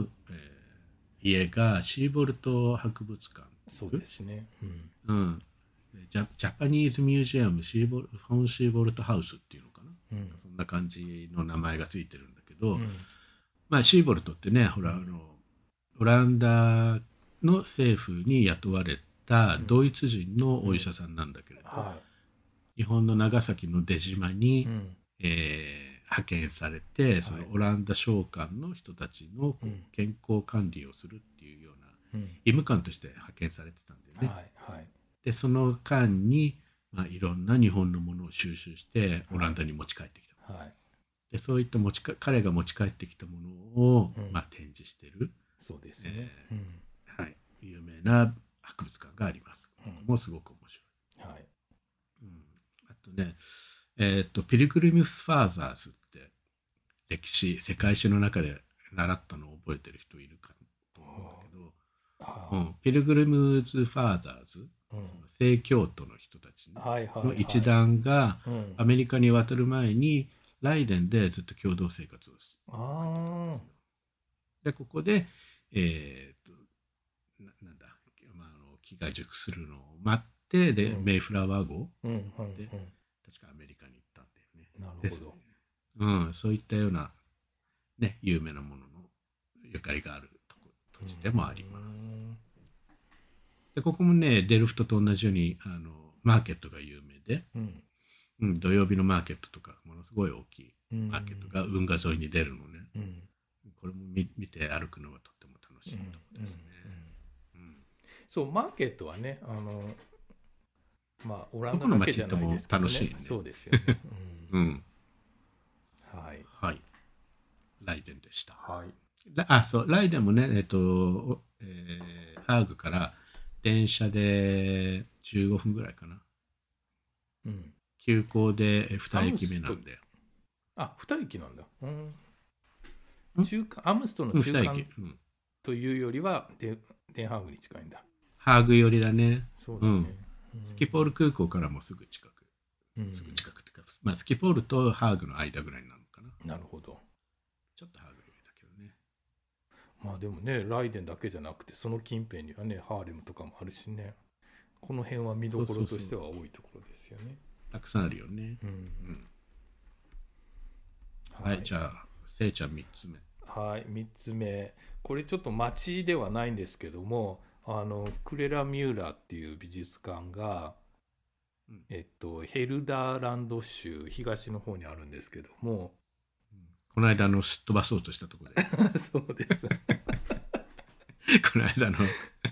えー、家がシーボルト博物館。 そうですね、 うんうん、ジ, ャジャパニーズミュージアムシーボルフォン・シーボルトハウスっていうのかな、うん、そんな感じの名前がついてるんだけど、うん、まあシーボルトってねほら、うん、あのオランダの政府に雇われたドイツ人のお医者さんなんだけれど、うんはい、日本の長崎の出島に、うんえー派遣されて、はい、そのオランダ商館の人たちの健康管理をするっていうような、うん、医務官として派遣されてたんだよね。はいはい、でその間に、まあ、いろんな日本のものを収集してオランダに持ち帰ってきた、はい、でそういった持ちか彼が持ち帰ってきたものを、うんまあ、展示してるそうですね、 えーうんはい、有名な博物館があります。うん、もうすごく面白い。はいうん、あとねえー、とピルグリムス・ファーザーズって歴史世界史の中で習ったのを覚えてる人いるかと思うんだけど、うん、ピルグリムズ・ファーザーズ、うん、正教徒の人たちの一団がアメリカに渡る前にライデンでずっと共同生活をしてたんですよ。でここで、えー、と な, なんだ、まあ、あの木が熟するのを待ってで、うん、メイフラワー号で、うんうんうん確かアメリカに行ったんだよね。なるほど。うん、そういったような、ね、有名なもののゆかりがあるとこ土地でもあります。でここもねデルフトと同じようにあのマーケットが有名で、うんうん、土曜日のマーケットとかものすごい大きいマーケットが運河沿いに出るのね、うん、これも 見, 見て歩くのはとっても楽しいところですね、 うんうんうん、そうマーケットはねあのまあオランダだけじゃないですけどね。 楽しいね。 そうですよね。うん。うん、 はい。はい。ライデンでした。はい。あ、そうライデンもねえっと、えー、ハーグから電車でじゅうごふんぐらいかな。うん。急行でに駅目なんだよ。 あ、に駅なんだ。うん。中間アムストの中間というよりはデデンハーグに近いんだ。 ハーグ寄りだね。そうだね。うんスキポール空港からもすぐ近く、うん、すぐ近くっていうか、まあ、スキポールとハーグの間ぐらいなのかな。 なるほど。 ちょっとハーグ寄りだけどね。 まあでもねライデンだけじゃなくてその近辺にはねハーレムとかもあるしねこの辺は見どころとしては多いところですよね。そうそうそうたくさんあるよね。うんうんはい、はい、じゃあせいちゃんみっつめ。 はいみっつめこれちょっと街ではないんですけどもあのクレラ・ミューラーっていう美術館が、うんえっと、ヘルダーランド州東の方にあるんですけども、 うん、この間のすっ飛ばそうとしたところでそうですこの間の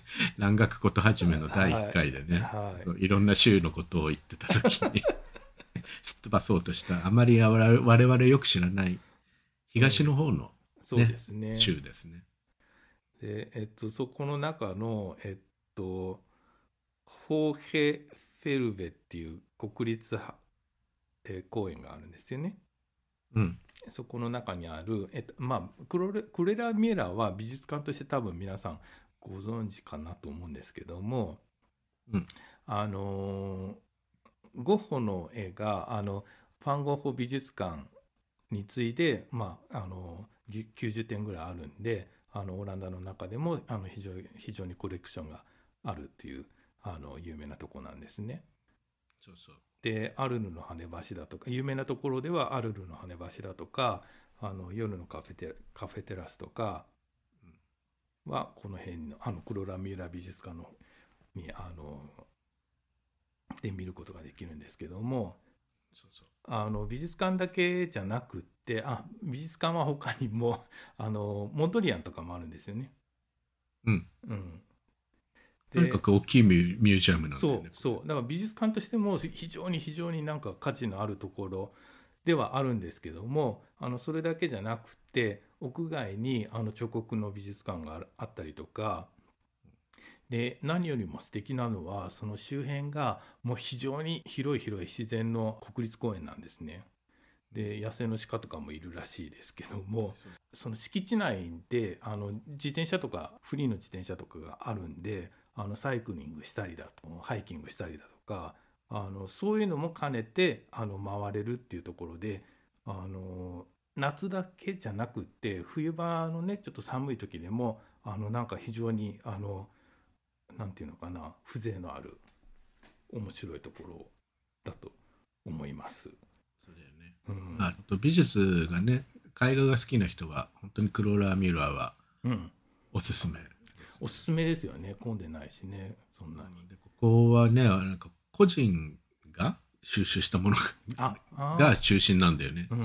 蘭学ことはじめのだいいっかいでね、はいはい、いろんな州のことを言ってた時にすっ飛ばそうとしたあまり我々よく知らない東の方の、ね、 そうですね、 州ですね。 で、えっと、そこの中の、えっと、ホーヘフェルベっていう国立、えー、公園があるんですよね。 うん、 そこの中にある、えっとまあ、クロレクレラ・ミエラーは美術館として多分皆さんご存知かなと思うんですけども、 うん、 あのゴッホの絵があのファン・ゴッホ美術館に次いで、まあ、あのきゅうじゅってんぐらいあるんで、あのオランダの中でもあの非常非常にコレクションがあるっていうあの有名なとこなんですね。 そうそう。 でアルルの羽橋だとか有名なところではアルルの羽橋だとかあの夜のカフェテカフェテラスとかはこの辺のあのクロラ・ミューラ美術館のにあので見ることができるんですけども、 そうそう、 あの美術館だけじゃなくってあ美術館は他にもあのモントリアンとかもあるんですよね。 うん、 うんとにかく大きいミュージアムなんだよね。 そうそうだから美術館としても非常に非常になんか価値のあるところではあるんですけども、あのそれだけじゃなくて屋外にあの彫刻の美術館があったりとかで、何よりも素敵なのはその周辺がもう非常に広い広い自然の国立公園なんですね。で野生の鹿とかもいるらしいですけども、その敷地内であの自転車とかフリーの自転車とかがあるんで、あのサイクリングしたりだとハイキングしたりだとかあのそういうのも兼ねてあの回れるっていうところで、あの夏だけじゃなくって冬場のねちょっと寒い時でもあのなんか非常にあのなんていうのかな風情のある面白いところだと思います。 そうだよね、うん、あと美術がね絵画が好きな人は本当にクローラー・ミューラーはおすすめ、うん、 おすすめですよね。混んでないしねそんなに。 でここはねなんか個人が収集したものがが中心なんだよね、うん、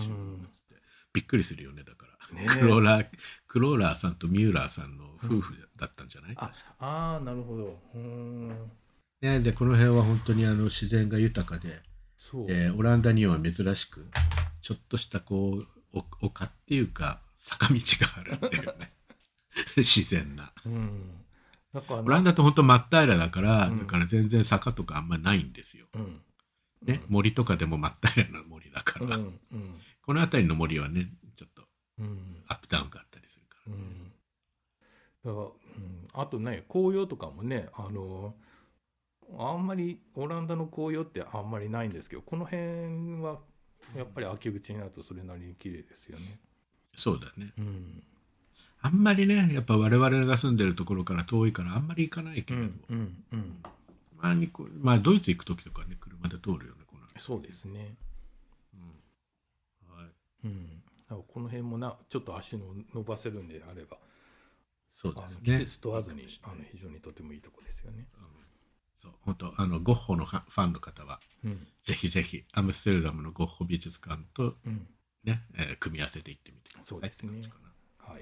びっくりするよね。だから、ね、クローラークローラーさんとミューラーさんの夫婦だったんじゃない、うん、 ああなるほど。うーん、 ね、でこの辺は本当にあの自然が豊かで、そうでオランダには珍しくちょっとしたこう丘っていうか坂道があるんだよね自然な、うん、だからオランダって本当真っ平らだから、うん、だから全然坂とかあんまないんですよ、うんね、森とかでも真っ平らな森だから、うんうん、この辺りの森はねちょっとアップダウンがあったりするから、ね、 うん、だから、うん、あとね紅葉とかもねあのあんまりオランダの紅葉ってあんまりないんですけど、この辺はやっぱり秋口になるとそれなりに綺麗ですよね。 そうだね、うん、あんまりねやっぱ我々が住んでるところから遠いからあんまり行かないけれど、うんうんうん、まあ、まあドイツ行く時とかね車で通るよねこの辺。 そうですね、うんはいうん、だからこの辺もなちょっと足の伸ばせるんであればそうです、ね、季節問わずにあの非常にとてもいいとこですよね、うん、 そう本当あのゴッホのファンの方は、うん、ぜひぜひアムステルダムのゴッホ美術館と、うんねえー、組み合わせていってみてください。そうですね、はいはい、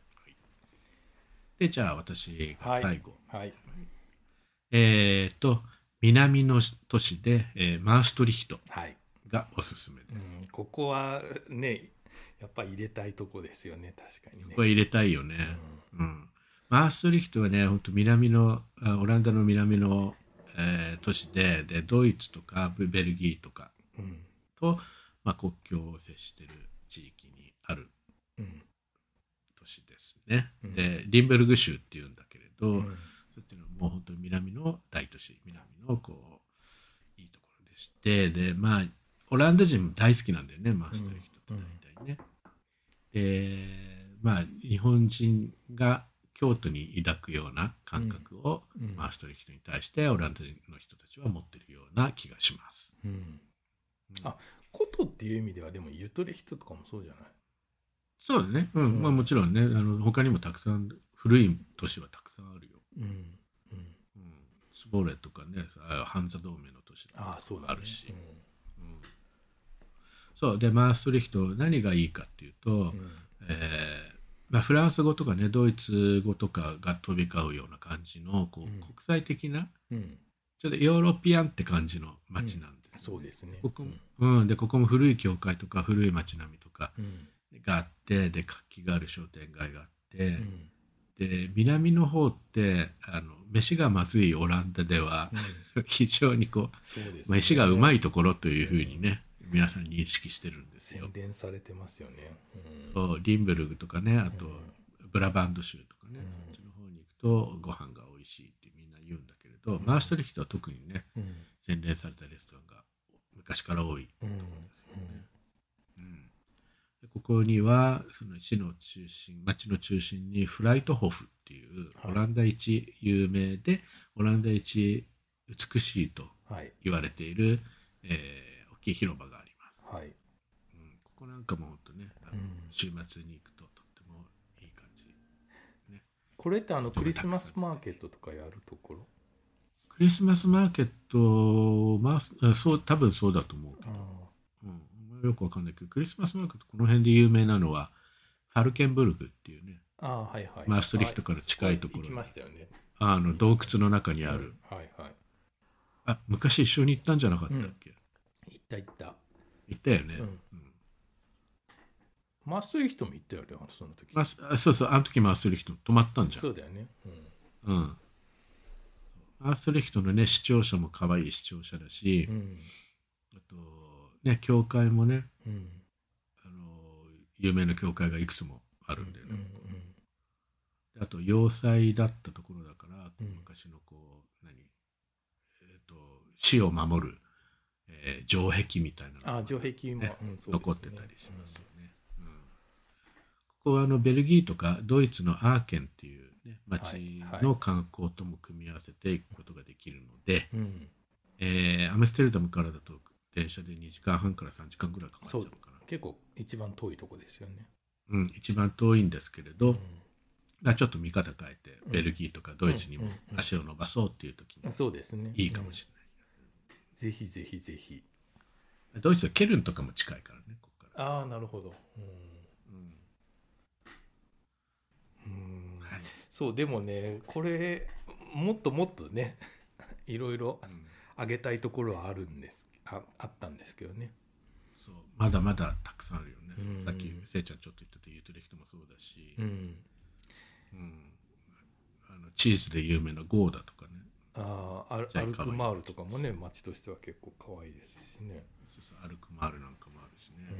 でじゃあ私が最後、はいはい、えっ、ー、と南の都市で、えー、マーストリヒトがおすすめです、はいうん、ここはねやっぱり入れたいとこですよね。確かにねここは入れたいよね、うんうん、マーストリヒトはね本当南のオランダの南の、えー、都市で、でドイツとかベルギーとかと、うんまあ、国境を接している地域にある都市ですね、うん、でリンベルグ州っていうんだけれど、うん、そうっていうのはもう本当に南の大都市南のこういいところでして、でまあオランダ人も大好きなんだよねマーストリヒトって大体ね、うんうん、でまあ日本人が京都に抱くような感覚を、うんうん、マーストリヒトに対してオランダ人の人たちは持っているような気がします、うんうん、 あ古都っていう意味ではでもユトレヒトとかもそうじゃない？ そうだね、うんうんまあ、もちろんねあの他にもたくさん古い都市はたくさんあるよ、うんうんうん、スボレとかねハンザ同盟の都市とかあるし、うんうん、そうでマーストリヒト何がいいかっていうと、うんえーまあ、フランス語とかねドイツ語とかが飛び交うような感じのこう、うん、国際的な、うん、ちょっとヨーロピアンって感じの街なんです、 ね、うん、そうですね。 ここも、うん、でここも古い教会とか古い街並みとかがあって、で活気がある商店街があって、うん、で南の方ってあの飯がまずいオランダでは、うん、非常にこう、そうですね、飯がうまいところというふうにね、うん、皆さん認識してるんですよ。 洗練されてますよね、 うん、そうリンブルグとかね、あと、うん、ブラバンド州とかね、うん、そっちの方に行くとご飯が美味しいってみんな言うんだけれど、うん、マーストリヒトは特にね、うん、洗練されたレストランが昔から多いところですよね。うんうん、でここにはその市の中心、町の中心にフライトホフっていうオランダ一有名で、はい、オランダ一美しいと言われている、はい、えー、大きい広場があります。はい、うん、ここなんかも本当ね、あの、うん、週末に行くととってもいい感じ、ね、 これってあのクリスマスマーケットとかやるところ？ クリスマスマーケット、まあ、そう多分そうだと思うけど、うん、よくわかんないけど、クリスマスマーケットこの辺で有名なのはファルケンブルクっていうね、 あ、はいはい、 マーストリヒトから近いところ、 行きましたよね、 あの洞窟の中にある、うん、 はいはい、 あ、昔一緒に行ったんじゃなかったっけ？うん、 行った行った行ったよね、うんうん、 マーストリヒトも行ったよね、その時。 まあ、そうそう、あの時マーストリヒト泊まったんじゃん。 そうだよね、 うん、うん、マーストリヒトのね市庁舎も可愛い市庁舎だし、うん、あとね教会もね、うん、あの有名な教会がいくつもあるんだよね、うんうんうん、あと要塞だったところだから、うん、昔のこう何、えー、と死を守る、えー、城壁みたいなのが、 ね、あ、城壁も、うん、そうですね、 残ってたりしますよね、うんうん、ここはあのベルギーとかドイツのアーケンっていうね、町の観光とも組み合わせていくことができるので、はいはい、うん、えー、アムステルダムからだと電車でにじかんはんからさんじかんぐらいかかっちゃうのかな。 結構一番遠いとこですよね。 うん、一番遠いんですけれど、うん、ちょっと見方変えて、うん、ベルギーとかドイツにも足を伸ばそうっていう時に、 そうですね、 いいかもしれない、 うん、ぜひぜひぜひ。 ドイツはケルンとかも近いからね、ここから。 ああ、なるほど、うんうん、はい、そう、でもね、これもっともっとねいろいろ上げたいところはあるんです、あ、あったんですけどね。 そう、まだまだたくさんあるよね、うん、さっきせいちゃんちょっと言ったとユートレヒトもそうだし、うんうん、あのチーズで有名なゴーダとかね、 ああ、アルクマールとかもね、街としては結構可愛いですしね。 そうそう、アルクマールなんかもあるしね、うん、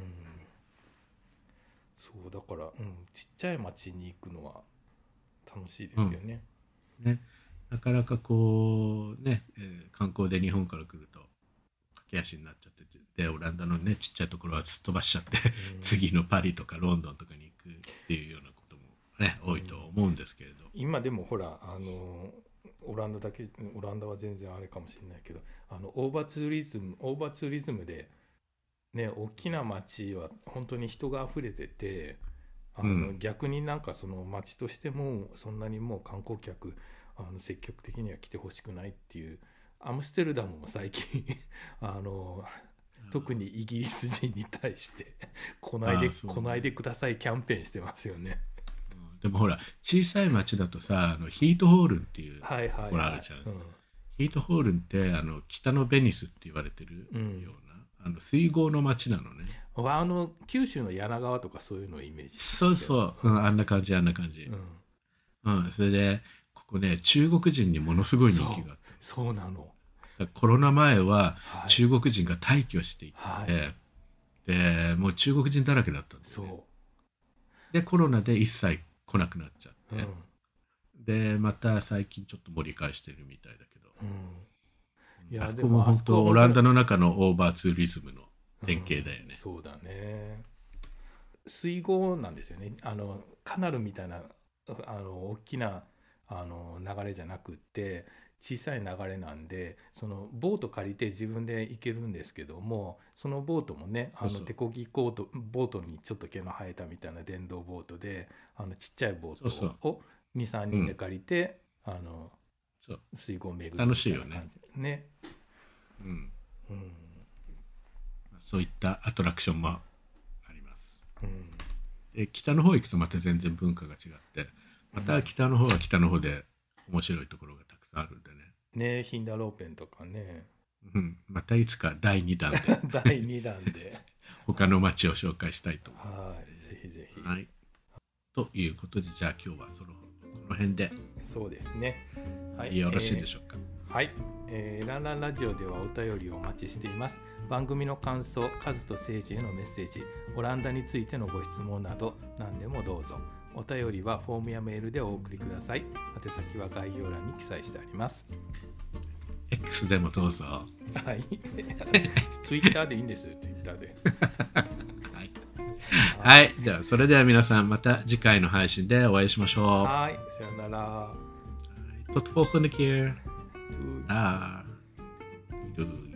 そうだから、うん、ちっちゃい町に行くのは楽しいですよね、 うん、ね、なかなかこうね、えー、観光で日本から来ると駆け足になっちゃってて、でオランダのねちっちゃいところはすっ飛ばしちゃって、うん、次のパリとかロンドンとかに行くっていうようなこともね、多いと思うんですけれど、 うん、今でもほら、あのオランダだけ、オランダは全然あれかもしれないけど、あのオーバーツーリズムオーバーツーリズムでね、大きな街は本当に人が溢れてて、あの、うん、逆になんかその街としてもそんなにもう観光客あの積極的には来てほしくないっていう、アムステルダムも最近あの特にイギリス人に対して来ないで、来ないでくださいキャンペーンしてますよね。 でもほら小さい町だとさ、あのヒートホールンっていうところあるじゃん、はいはいはい、うん、ヒートホールンってあの北のベニスって言われてるような、うん、あの水郷の町なのね。 あの九州の柳川とかそういうのをイメージ、 そうそう、うん、あんな感じあんな感じ、うんうん、それでここね中国人にものすごい人気があった。 そう、そうなの。 コロナ前は中国人が退去していって、はい、でもう中国人だらけだったんですよね。そうでコロナで一切来なくなっちゃって、うん、でまた最近ちょっと盛り返してるみたいだけど、うん、いやあそこも本当オランダの中のオーバーツーリズムの典型だよね、うん、 そうだね。水郷なんですよね。あのカナルみたいなあの大きなあの流れじゃなくって小さい流れなんで、そのボート借りて自分で行けるんですけども、そのボートもね、あの手こぎボート、ボートにちょっと毛の生えたみたいな電動ボートで、あのちっちゃいボートをそうそうにさんにんで借りて、うん、あのそう水郷を巡るみたいな楽しいよね。 ね、 うんうん、そういったアトラクションもあります、うん、 で北の方行くとまた全然文化が違ってまた北の方は北の方で面白いところがたくさんあるんでね。 ねえヒンダローペンとかね、 うん、またいつかだいにだんでだいにだんで他の街を紹介したいと思います。 はい、ぜひぜひ。 はい。ということでじゃあ今日はそのこの辺で。 そうですね。 はい、よろしいでしょうか。 えー、はい、えー。ランランラジオではお便りをお待ちしています。番組の感想、カズとセイジへのメッセージ、オランダについてのご質問など何でもどうぞ。お便りはフォームやメールでお送りください。宛先は概要欄に記載してあります。 X でもどうぞ。 はい。ツイッターでいいんです。ツイッターで。 はい。はい。じゃあそれでは皆さんまた次回の配信でお会いしましょう。 はい。さよなら。 Tot volgende keer. Dag. Doei.